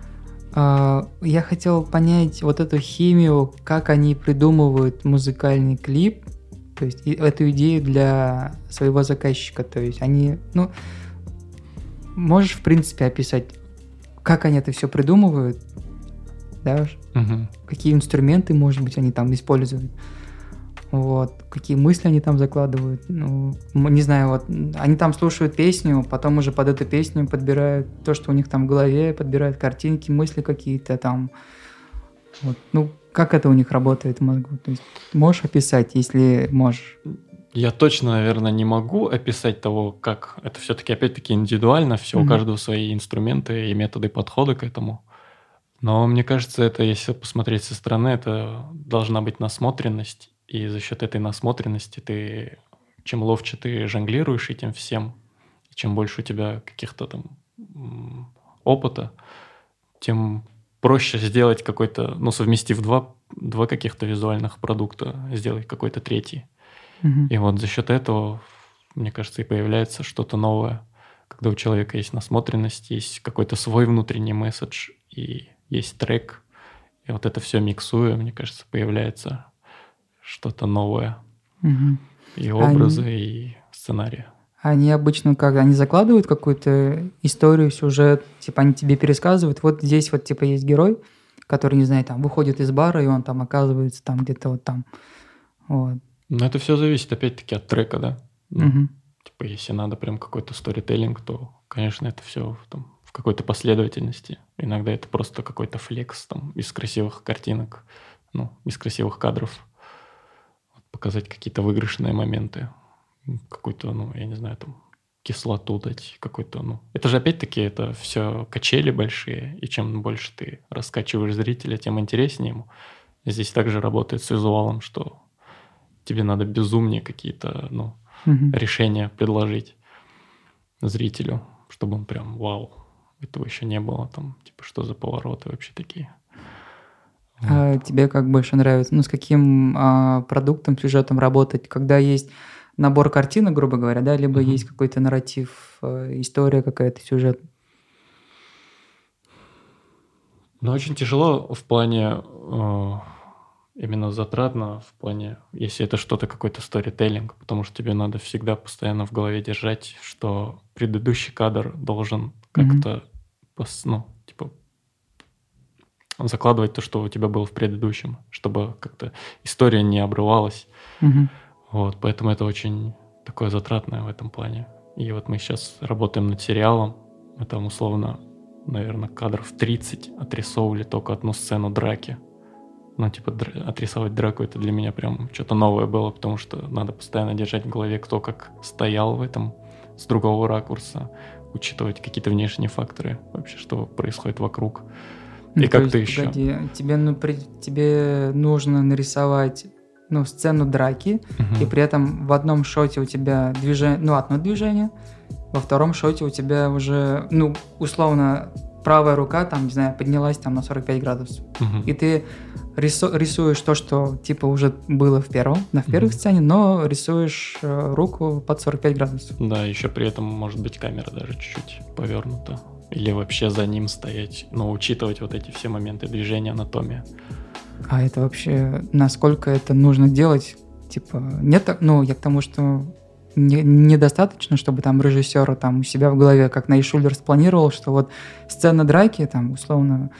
А, я хотел понять вот эту химию, как они придумывают музыкальный клип, то есть и, эту идею для своего заказчика. То есть они, ну, можешь в принципе описать, как они это все придумывают, да? Uh-huh. Какие инструменты, может быть, они там используют. Вот, какие мысли они там закладывают, ну, не знаю, вот, они там слушают песню, потом уже под эту песню подбирают то, что у них там в голове, подбирают картинки, мысли какие-то там, вот, ну, как это у них работает в мозгу, то есть можешь описать, если можешь? Я точно, наверное, не могу описать того, как, это все-таки, опять-таки, индивидуально, все, mm-hmm. у каждого свои инструменты и методы подхода к этому, но мне кажется, это, если посмотреть со стороны, это должна быть насмотренность. И за счет этой насмотренности ты, чем ловче ты жонглируешь этим всем, чем больше у тебя каких-то там опыта, тем проще сделать какой-то, ну, совместив два, два каких-то визуальных продукта, сделать какой-то третий. Mm-hmm. И вот за счет этого, мне кажется, и появляется что-то новое, когда у человека есть насмотренность, есть какой-то свой внутренний месседж, и есть трек, и вот это все миксуя, мне кажется, появляется что-то новое. Угу. И образы, они, и сценарии. Они обычно как? Они закладывают какую-то историю, сюжет, типа они тебе пересказывают, вот здесь вот типа есть герой, который, не знаю, там выходит из бара, и он там оказывается там где-то вот там. Вот. Но это все зависит опять-таки от трека, да? Ну, угу. Типа если надо прям какой-то сторителлинг, то, конечно, это все там в какой-то последовательности. Иногда это просто какой-то флекс там из красивых картинок, ну, из красивых кадров. Показать какие-то выигрышные моменты, какую-то, ну, я не знаю, там, кислоту дать, какой-то, ну... Это же, опять-таки, это все качели большие, и чем больше ты раскачиваешь зрителя, тем интереснее ему. Здесь также работает с визуалом, что тебе надо безумнее какие-то, ну, mm-hmm. решения предложить зрителю, чтобы он прям, вау, этого еще не было, там, типа, что за повороты вообще такие. А тебе как больше нравится? Ну, с каким а, продуктом, сюжетом работать, когда есть набор картинок, грубо говоря, да, либо mm-hmm. есть какой-то нарратив, а, история какая-то, сюжет? Ну, очень тяжело в плане, э, именно затратно, в плане, если это что-то, какой-то сторителлинг, потому что тебе надо всегда постоянно в голове держать, что предыдущий кадр должен как-то, mm-hmm. пос, ну, типа, закладывать то, что у тебя было в предыдущем, чтобы как-то история не обрывалась. Угу. Вот, поэтому это очень такое затратное в этом плане. И вот мы сейчас работаем над сериалом. Мы там условно, наверное, кадров тридцать отрисовывали только одну сцену драки. Ну, типа, др- отрисовать драку — это для меня прям что-то новое было, потому что надо постоянно держать в голове, кто как стоял в этом с другого ракурса, учитывать какие-то внешние факторы вообще, что происходит вокруг. И ну, как ты есть, еще? Погоди, тебе, ну, при, тебе нужно нарисовать, ну, сцену драки, угу. и при этом в одном шоте у тебя движение, ну, одно движение, во втором шоте у тебя уже, ну, условно, правая рука, там, не знаю, поднялась там на сорок пять градусов. Угу. И ты рису, рисуешь то, что, типа, уже было в первом, на в первой угу. сцене, но рисуешь э, руку под сорок пять градусов. Да, еще при этом может быть камера даже чуть-чуть повернута. Или вообще за ним стоять, но учитывать вот эти все моменты движения, анатомия. А это вообще, насколько это нужно делать? Типа, нет, ну, я к тому, что не, недостаточно, чтобы там режиссер там у себя в голове, как Найшулер спланировал, что вот сцена драки, там, условно,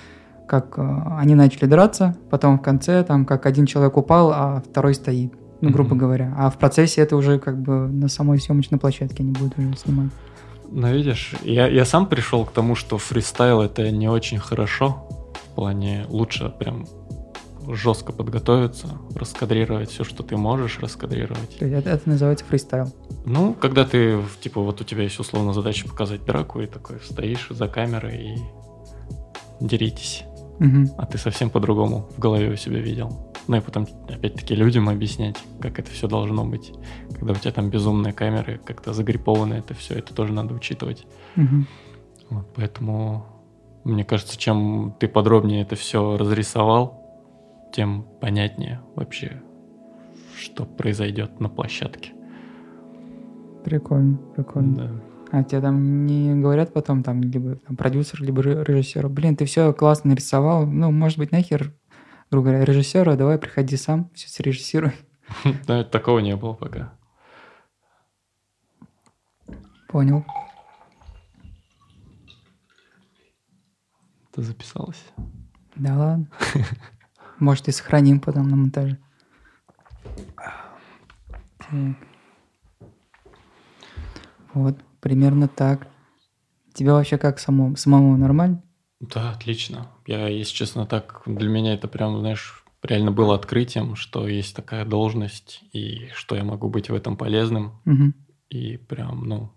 как э, они начали драться, потом в конце, там, как один человек упал, а второй стоит, ну, грубо mm-hmm. говоря. А в процессе это уже как бы на самой съемочной площадке они будут уже снимать. Ну, видишь, я, я сам пришел к тому, что фристайл — это не очень хорошо. В плане лучше прям жестко подготовиться, раскадрировать все, что ты можешь раскадрировать. Это, это называется фристайл? Ну, когда ты, типа, вот у тебя есть условно задача показать драку, и такой стоишь за камерой и деритесь. Угу. А ты совсем по-другому в голове у себя видел. Ну и потом, опять-таки, людям объяснять, как это все должно быть. Когда у тебя там безумные камеры, как-то загрипованы это все, это тоже надо учитывать. Угу. Вот, поэтому, мне кажется, чем ты подробнее это все разрисовал, тем понятнее вообще, что произойдет на площадке. Прикольно, прикольно. Да. А тебе там не говорят потом, там, либо там, продюсер, либо режиссер, блин, ты все классно нарисовал, ну, может быть, нахер, грубо говоря, режиссера, давай приходи сам, все срежиссируй. Да, такого не было пока. Понял. Ты записалась? Да ладно. Может, и сохраним потом на монтаже. Так. Вот, примерно так. Тебе вообще как самому, самому нормально? Да, отлично. Я, если честно, так для меня это прям, знаешь, реально было открытием, что есть такая должность, и что я могу быть в этом полезным. Угу. И прям, ну,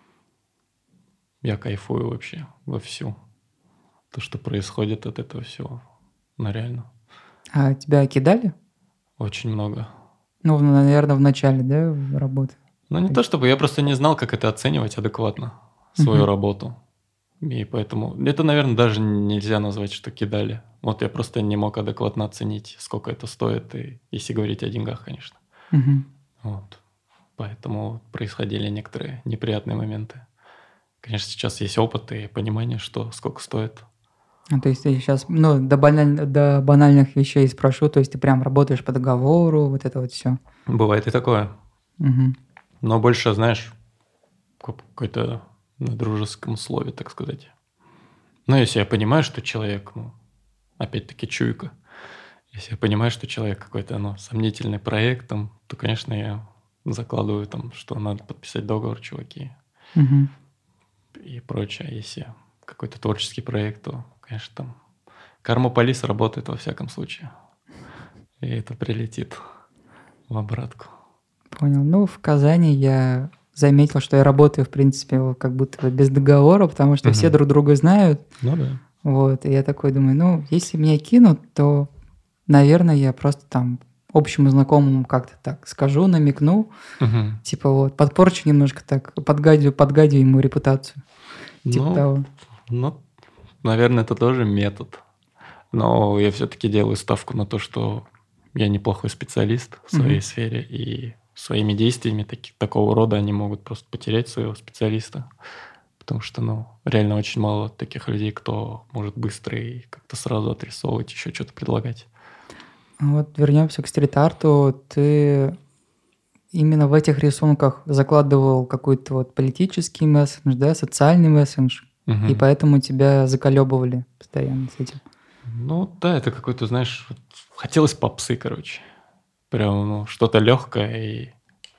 я кайфую вообще вовсю. То, что происходит от этого всего. Ну, реально. А тебя кидали? Очень много. Ну, наверное, в начале, да, работы? Ну, не то чтобы, я просто не знал, как это оценивать адекватно, свою uh-huh. работу. И поэтому это, наверное, даже нельзя назвать, что кидали. Вот я просто не мог адекватно оценить, сколько это стоит, и, если говорить о деньгах, конечно. Uh-huh. Вот. Поэтому происходили некоторые неприятные моменты. Конечно, сейчас есть опыт и понимание, что сколько стоит. А, то есть ты сейчас, ну, до, баналь... до банальных вещей спрошу, то есть ты прям работаешь по договору, вот это вот все. Бывает и такое. Uh-huh. Но больше, знаешь, какой-то на дружеском слове, так сказать. Но если я понимаю, что человек, ну, опять-таки чуйка, если я понимаю, что человек какой-то, ну, сомнительный проект, там, то, конечно, я закладываю там, что надо подписать договор, чуваки, угу. и прочее. Если какой-то творческий проект, то, конечно, там карма-полис работает во всяком случае. И это прилетит в обратку. Понял. Ну, в Казани я заметил, что я работаю, в принципе, как будто без договора, потому что угу. все друг друга знают. Ну да. Вот, и я такой думаю, ну, если меня кинут, то, наверное, я просто там общему знакомому как-то так скажу, намекну, угу. типа вот, подпорчу немножко так, подгадю, подгадю ему репутацию. Типа ну, того. Ну, наверное, это тоже метод. Но я все-таки делаю ставку на то, что я неплохой специалист в своей угу. сфере, и своими действиями таки, такого рода они могут просто потерять своего специалиста. Потому что, ну, реально очень мало таких людей, кто может быстро и как-то сразу отрисовывать, еще что-то предлагать. Вот вернемся к стрит-арту. Ты именно в этих рисунках закладывал какой-то вот политический месседж, да, социальный месседж, угу. и поэтому тебя заколебывали постоянно с этим. Ну да, это какой-то, знаешь, хотелось попсы, короче. Прям, ну, что-то легкое и...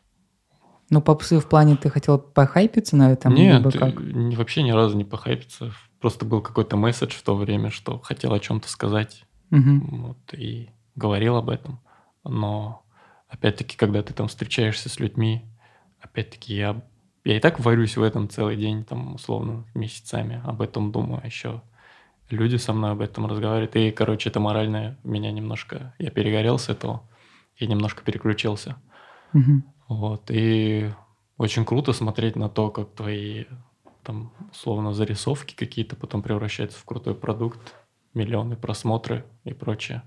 Ну, попсы в плане ты хотел похайпиться на этом? Нет, либо как? Вообще ни разу не похайпиться. Просто был какой-то месседж в то время, что хотел о чем-то сказать. Угу. Вот, и говорил об этом. Но, опять-таки, когда ты там встречаешься с людьми, опять-таки, я, я и так варюсь в этом целый день, там, условно, месяцами об этом думаю. А еще люди со мной об этом разговаривают. И, короче, это морально меня немножко... Я перегорел с этого. И немножко переключился. Угу. Вот. И очень круто смотреть на то, как твои там, условно, зарисовки какие-то потом превращаются в крутой продукт, миллионы просмотры и прочее.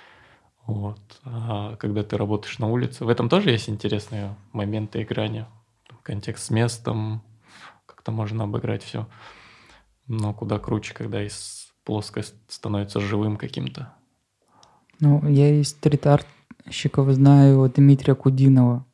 Вот. А когда ты работаешь на улице, в этом тоже есть интересные моменты и грани. Контекст с местом, как-то можно обыграть все. Но куда круче, когда из плоское становится живым каким-то. Ну, я из стрит-артщиков знаю Дмитрия Кудинова.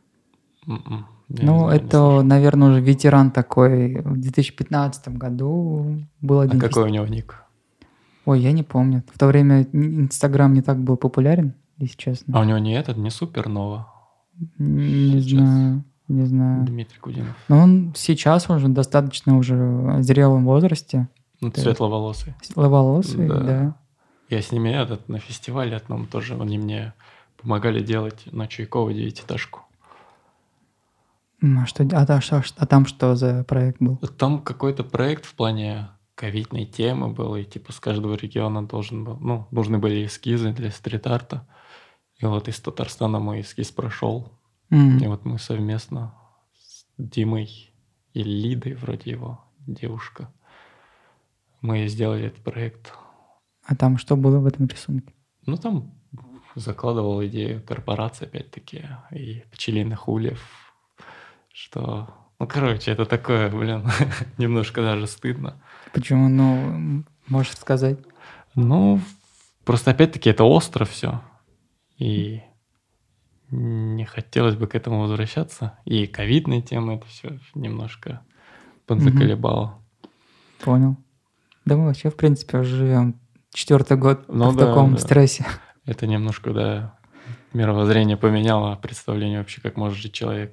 Mm-mm. Ну, знаю, это, наверное, уже ветеран такой. В две тысячи пятнадцатом году был один... А какой у него ник? Ой, я не помню. В то время Инстаграм не так был популярен, если честно. А у него не этот, не Супернова? Не Сейчас знаю, не знаю. Дмитрий Кудинов. Но он сейчас уже достаточно уже в зрелом возрасте. Ну, Ты- светловолосый. Светловолосый, Да. да. Я с ними этот, на фестивале одном тоже, они мне помогали делать на Чуйкова девятиэтажку. М, А, что, а, да, что- а там что за проект был? Там какой-то проект в плане ковидной темы был, и типа с каждого региона должен был, ну, нужны были эскизы для стрит-арта. И вот из Татарстана мой эскиз прошел. М, И вот мы совместно с Димой и Лидой, вроде его девушка, мы сделали этот проект. А там что было в этом рисунке? Ну, там закладывал идею корпорации, опять-таки, и пчелиных ульев, что... Ну, короче, это такое, блин, немножко даже стыдно. Почему? Ну, м, можешь сказать? Ну, просто опять-таки это остро все. И не хотелось бы к этому возвращаться. И ковидные темы это все немножко подзаколебало. Понял. Да мы вообще, в принципе, уже живем четвертый год Ну в да, таком да. стрессе. Это немножко, да, мировоззрение поменяло, представление вообще, как может жить человек.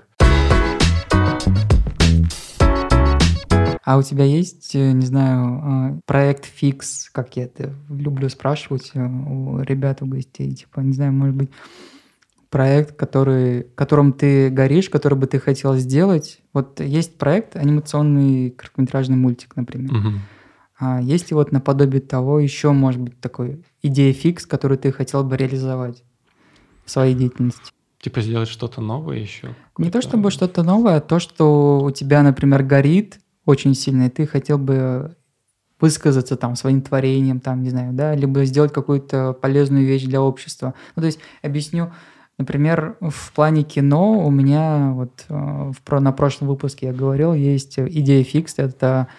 А у тебя есть, э, не знаю, э, проект фикс, как я это люблю спрашивать э, у ребят, у гостей, типа, не знаю, может быть, проект, который, которым ты горишь, который бы ты хотел сделать. Вот есть проект, анимационный короткометражный мультик, например. Мгм. А есть ли вот наподобие того еще, может быть, такой идея фикс, которую ты хотел бы реализовать в своей деятельности? Типа сделать что-то новое еще. Не то чтобы что-то новое, а то, что у тебя, например, горит очень сильно, и ты хотел бы высказаться там своим творением, там, не знаю, да, либо сделать какую-то полезную вещь для общества. Ну, то есть, объясню, например, в плане кино у меня вот э, в, про, на прошлом выпуске я говорил, есть идея фикс, это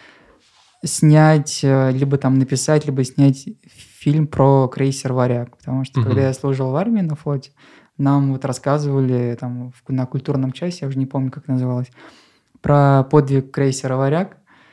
снять, э, либо там написать, либо снять фильм про крейсер «Варяг», потому что Мгм. когда я служил в армии на флоте, нам вот рассказывали там в- на культурном часе, я уже не помню, как называлось, про подвиг крейсера «Варяг».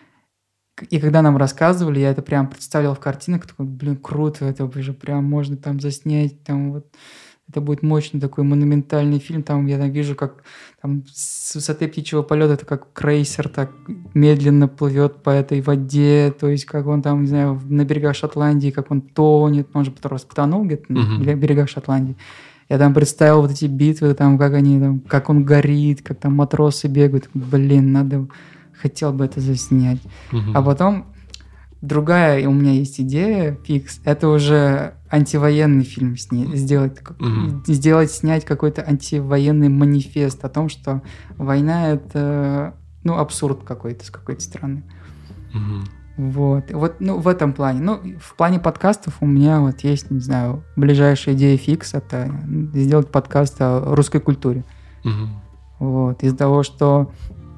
К- И когда нам рассказывали, я это прям представлял в картинах, такой, блин, круто, это уже прям можно там заснять, там вот, это будет мощный такой монументальный фильм, там я там вижу, как там с высоты птичьего полета, это как крейсер так медленно плывет по этой воде, то есть как он там, не знаю, в- на берегах Шотландии, как он тонет, он же потом раз потонул где-то Мгм. на берегах Шотландии. Я там представил вот эти битвы, там, как они, там, как он горит, как там матросы бегают. Блин, надо, хотел бы это заснять. Мгм. А потом другая у меня есть идея, фикс, это уже антивоенный фильм сни- сделать, как- Мгм. сделать, снять какой-то антивоенный манифест о том, что война это, ну, абсурд какой-то с какой-то стороны. Мгм. Вот, вот, ну, в этом плане. Ну, в плане подкастов у меня вот есть, не знаю, ближайшая идея фикс, это сделать подкаст о русской культуре. Мгм. Вот, из-за того, что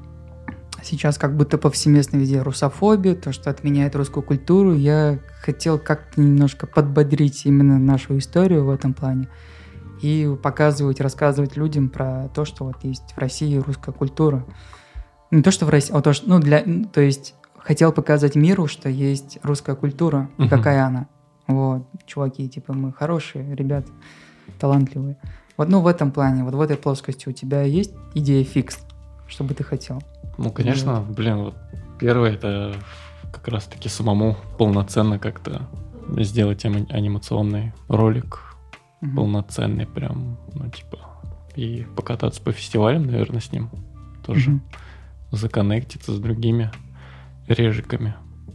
сейчас как будто повсеместно везде русофобия, то, что отменяет русскую культуру, я хотел как-то немножко подбодрить именно нашу историю в этом плане и показывать, рассказывать людям про то, что вот есть в России русская культура. Не то, что в России, а то, что, ну, для, то есть хотел показать миру, что есть русская культура и Мгм. какая она. Вот, чуваки, типа, мы хорошие ребята, талантливые. Вот, ну, в этом плане, вот в этой плоскости у тебя есть идея фикс, что бы ты хотел? Ну, конечно, блин, вот первое это как раз-таки самому полноценно как-то сделать ани- анимационный ролик, Мгм. полноценный прям, ну, типа, и покататься по фестивалям, наверное, с ним тоже, Мгм. законнектиться с другими режиками.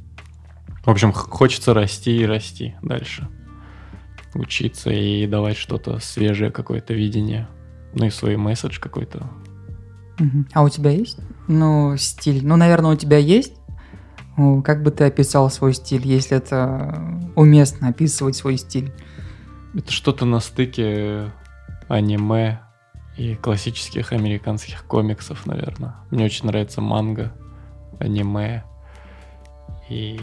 В общем, х- хочется расти и расти дальше, учиться и давать что-то свежее, какое-то видение, ну и свой месседж какой-то. Мгм. А у тебя есть, ну, стиль? Ну, наверное, у тебя есть. О, Как бы ты описал свой стиль, если это уместно описывать свой стиль? Это что-то на стыке аниме и классических американских комиксов, наверное. Мне очень нравится манга, аниме и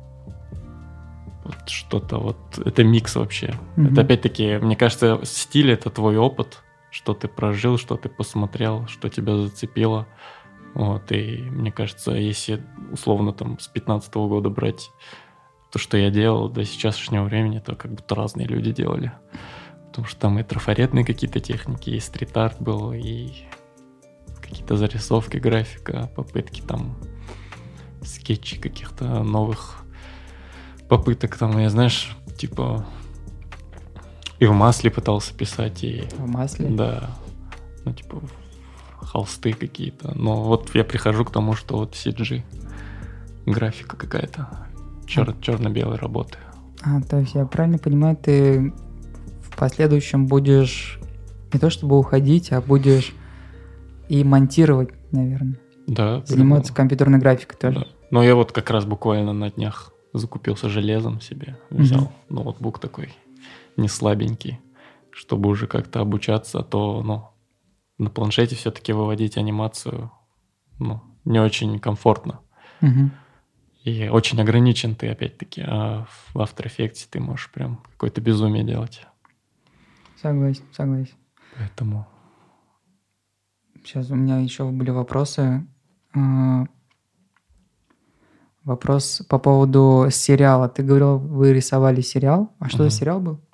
вот что-то вот. Это микс вообще. Мгм. Это опять-таки, мне кажется, стиль — это твой опыт, что ты прожил, что ты посмотрел, что тебя зацепило. Вот, и мне кажется, если условно там с пятнадцатого года брать, то, что я делал до сейчасшнего времени, то как будто разные люди делали. Потому что там и трафаретные какие-то техники, и стрит-арт был, и какие-то зарисовки, графика, попытки там, скетчи каких-то новых попыток. Там, я, знаешь, типа и в масле пытался писать, и... В масле? Да. Ну, типа холсты какие-то. Но вот я прихожу к тому, что вот си джи, графика какая-то, чер- а. черно-белой работы. А, то есть я правильно понимаю, ты в последующем будешь не то чтобы уходить, а будешь и монтировать, наверное. Да. Заниматься прямо компьютерной графикой тоже. Да. Но я вот как раз буквально на днях закупился железом себе, взял угу. ноутбук такой не слабенький, чтобы уже как-то обучаться, а то, ну, на планшете все-таки выводить анимацию, ну, не очень комфортно. Угу. И очень ограничен ты, опять-таки, а в After Effects ты можешь прям какое-то безумие делать. Согласен, согласен. Поэтому... Сейчас у меня еще были вопросы. Вопрос по поводу сериала. Ты говорил, вы рисовали сериал. А что угу. за сериал был?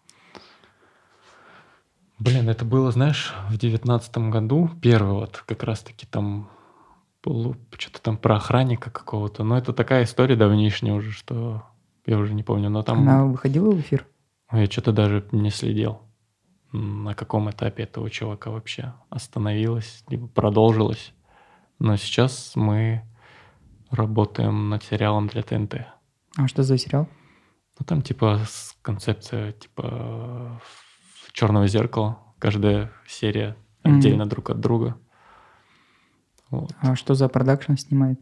Блин, это было, знаешь, в девятнадцатом году. Первый вот как раз-таки там был что-то там про охранника какого-то. Но это такая история давнишняя уже, что я уже не помню. Но там... Она выходила в эфир? Я что-то даже не следил, на каком этапе этого чувака вообще остановилось, либо продолжилось. Но сейчас мы работаем над сериалом для тэ эн тэ. А что за сериал? Ну, там типа концепция типа черного зеркала. Каждая серия mm-hmm. отдельно друг от друга. Вот. А что за продакшн снимает?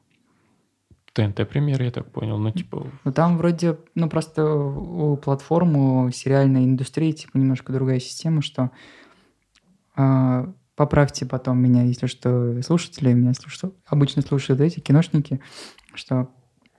тэ эн тэ премьер, я так понял. Ну, типа... Ну, там вроде, ну, просто у платформы, у сериальной индустрии, типа, немножко другая система, что... Э, поправьте потом меня, если что, слушатели, меня слушают, обычно слушают эти киношники, что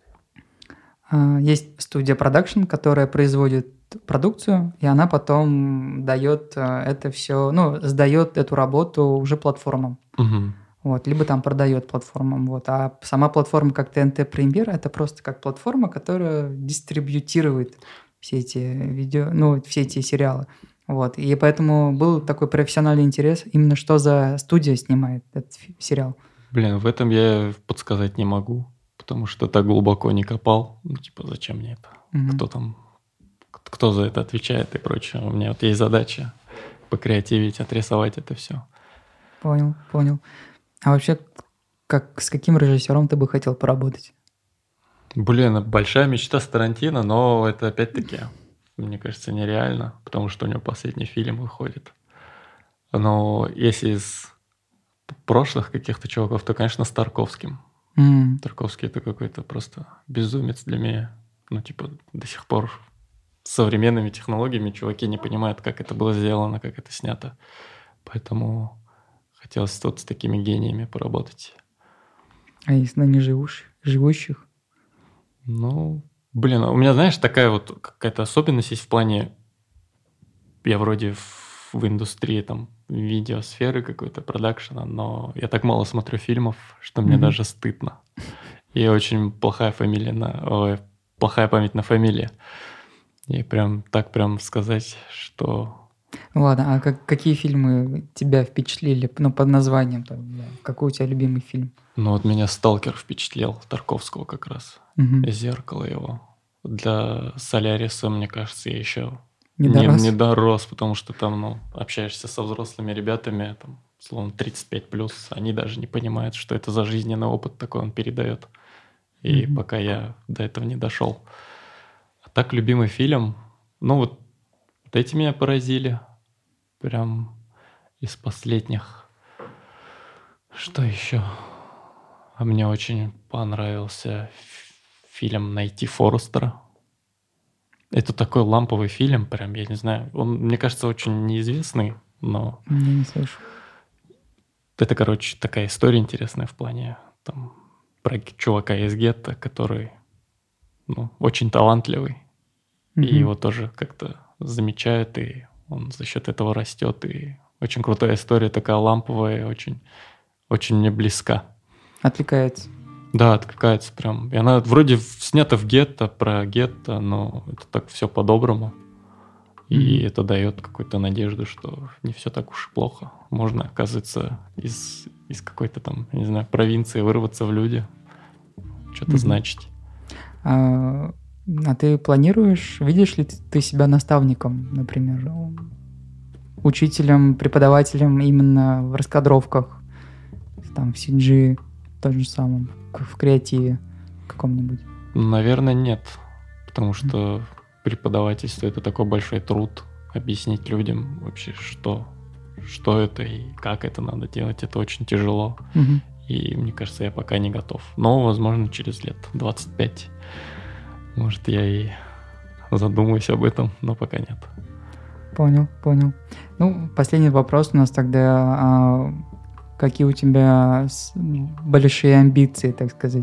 э, есть студия продакшн, которая производит продукцию, и она потом дает э, это все, ну, сдает эту работу уже платформам. Угу. Вот, либо там продает платформам. Вот. А сама платформа, как тэ эн тэ Премьер, это просто как платформа, которая дистрибьютирует все эти видео, ну, все эти сериалы. Вот. И поэтому был такой профессиональный интерес, именно что за студия снимает этот сериал. Блин, в этом я подсказать не могу, потому что так глубоко не копал. Ну, типа, зачем мне это? Угу. Кто там, кто за это отвечает и прочее. У меня вот есть задача покреативить, отрисовать это все. Понял, понял. А вообще, как, с каким режиссером ты бы хотел поработать? Блин, большая мечта с Тарантино, но это опять-таки, мне кажется, нереально, потому что у него последний фильм выходит. Но если из прошлых каких-то чуваков, то, конечно, с Тарковским. Mm. Тарковский — это какой-то просто безумец для меня. Ну, типа, до сих пор с современными технологиями чуваки не понимают, как это было сделано, как это снято. Поэтому... Хотелось тут с такими гениями поработать. А если ныне живущих? живущих? Ну, блин, у меня, знаешь, такая вот какая-то особенность есть в плане... Я вроде в, в индустрии там видеосферы какой-то, продакшена, но я так мало смотрю фильмов, что мне mm-hmm. даже стыдно. И очень плохая фамилия на... Ой, плохая память на фамилии. И прям так прям сказать, что... Ладно, а как, какие фильмы тебя впечатлили, ну, под названием? Там, да, какой у тебя любимый фильм? Ну, вот меня «Сталкер» впечатлил, Тарковского как раз. Угу. «Зеркало» его. Для «Соляриса», мне кажется, я еще не, не, дорос. не дорос, потому что там, ну, общаешься со взрослыми ребятами, там, словно тридцать пять плюс, они даже не понимают, что это за жизненный опыт такой он передает. И угу. пока я до этого не дошел. А так, любимый фильм, ну, вот Вот эти меня поразили. Прям из последних. Что еще? А мне очень понравился фильм «Найти Форестера». Это такой ламповый фильм, прям, я не знаю. Он, мне кажется, очень неизвестный, но... Я не слышу. Это, короче, такая история интересная в плане там, про чувака из гетто, который, ну, очень талантливый. Mm-hmm. И его тоже как-то замечают, и он за счет этого растет. И очень крутая история, такая ламповая, очень, очень мне близка. Отвлекается. Да, откликается прям. И она вроде снята в гетто, про гетто, но это так все по-доброму. И mm-hmm. это дает какую-то надежду, что не все так уж и плохо. Можно, оказывается, из, из какой-то там, не знаю, провинции вырваться в люди. Что-то mm-hmm. значить. А, а ты планируешь, видишь ли ты себя наставником, например, учителем, преподавателем именно в раскадровках, там, в си джи, тот же самом, в креативе каком-нибудь? Наверное, нет. Потому что преподавательство — это такой большой труд. Объяснить людям вообще, что, что это и как это надо делать, это очень тяжело. Угу. И мне кажется, я пока не готов. Но, возможно, через лет двадцать пять, может, я и задумаюсь об этом, но пока нет. Понял, понял. Ну, последний вопрос у нас тогда. А какие у тебя большие амбиции, так сказать?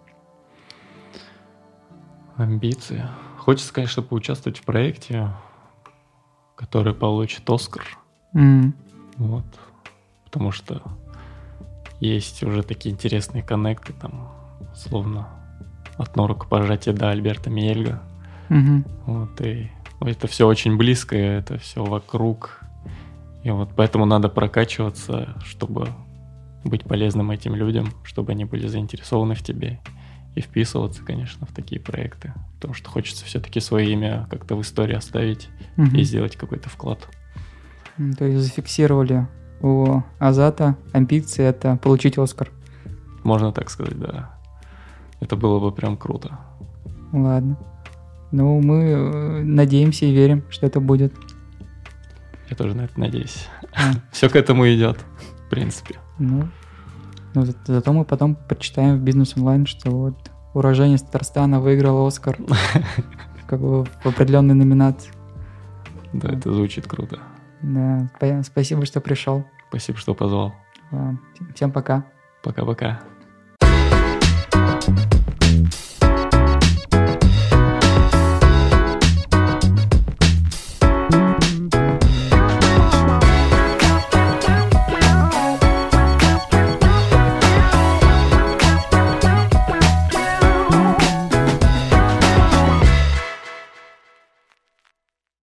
Амбиции? Хочется, конечно, поучаствовать в проекте, который получит Оскар. Mm. Вот. Потому что есть уже такие интересные коннекты, там, словно от рукопожатия до Альберта Миельга. Mm-hmm. Вот, и это все очень близко, это все вокруг. И вот поэтому надо прокачиваться, чтобы быть полезным этим людям, чтобы они были заинтересованы в тебе. И вписываться, конечно, в такие проекты. Потому что хочется все-таки свое имя как-то в истории оставить угу. и сделать какой-то вклад. То есть зафиксировали у Азата амбиции — это получить Оскар. Можно так сказать, да. Это было бы прям круто. Ладно. Ну, мы надеемся и верим, что это будет. Я тоже на это надеюсь. А. Все к этому идет, в принципе. Ну, ну за- зато мы потом почитаем в Бизнес Онлайн, что вот уроженец Татарстана выиграл Оскар как бы в определенной номинации. Да, это звучит круто. Да, спасибо, что пришел. Спасибо, что позвал. Всем пока. Пока-пока.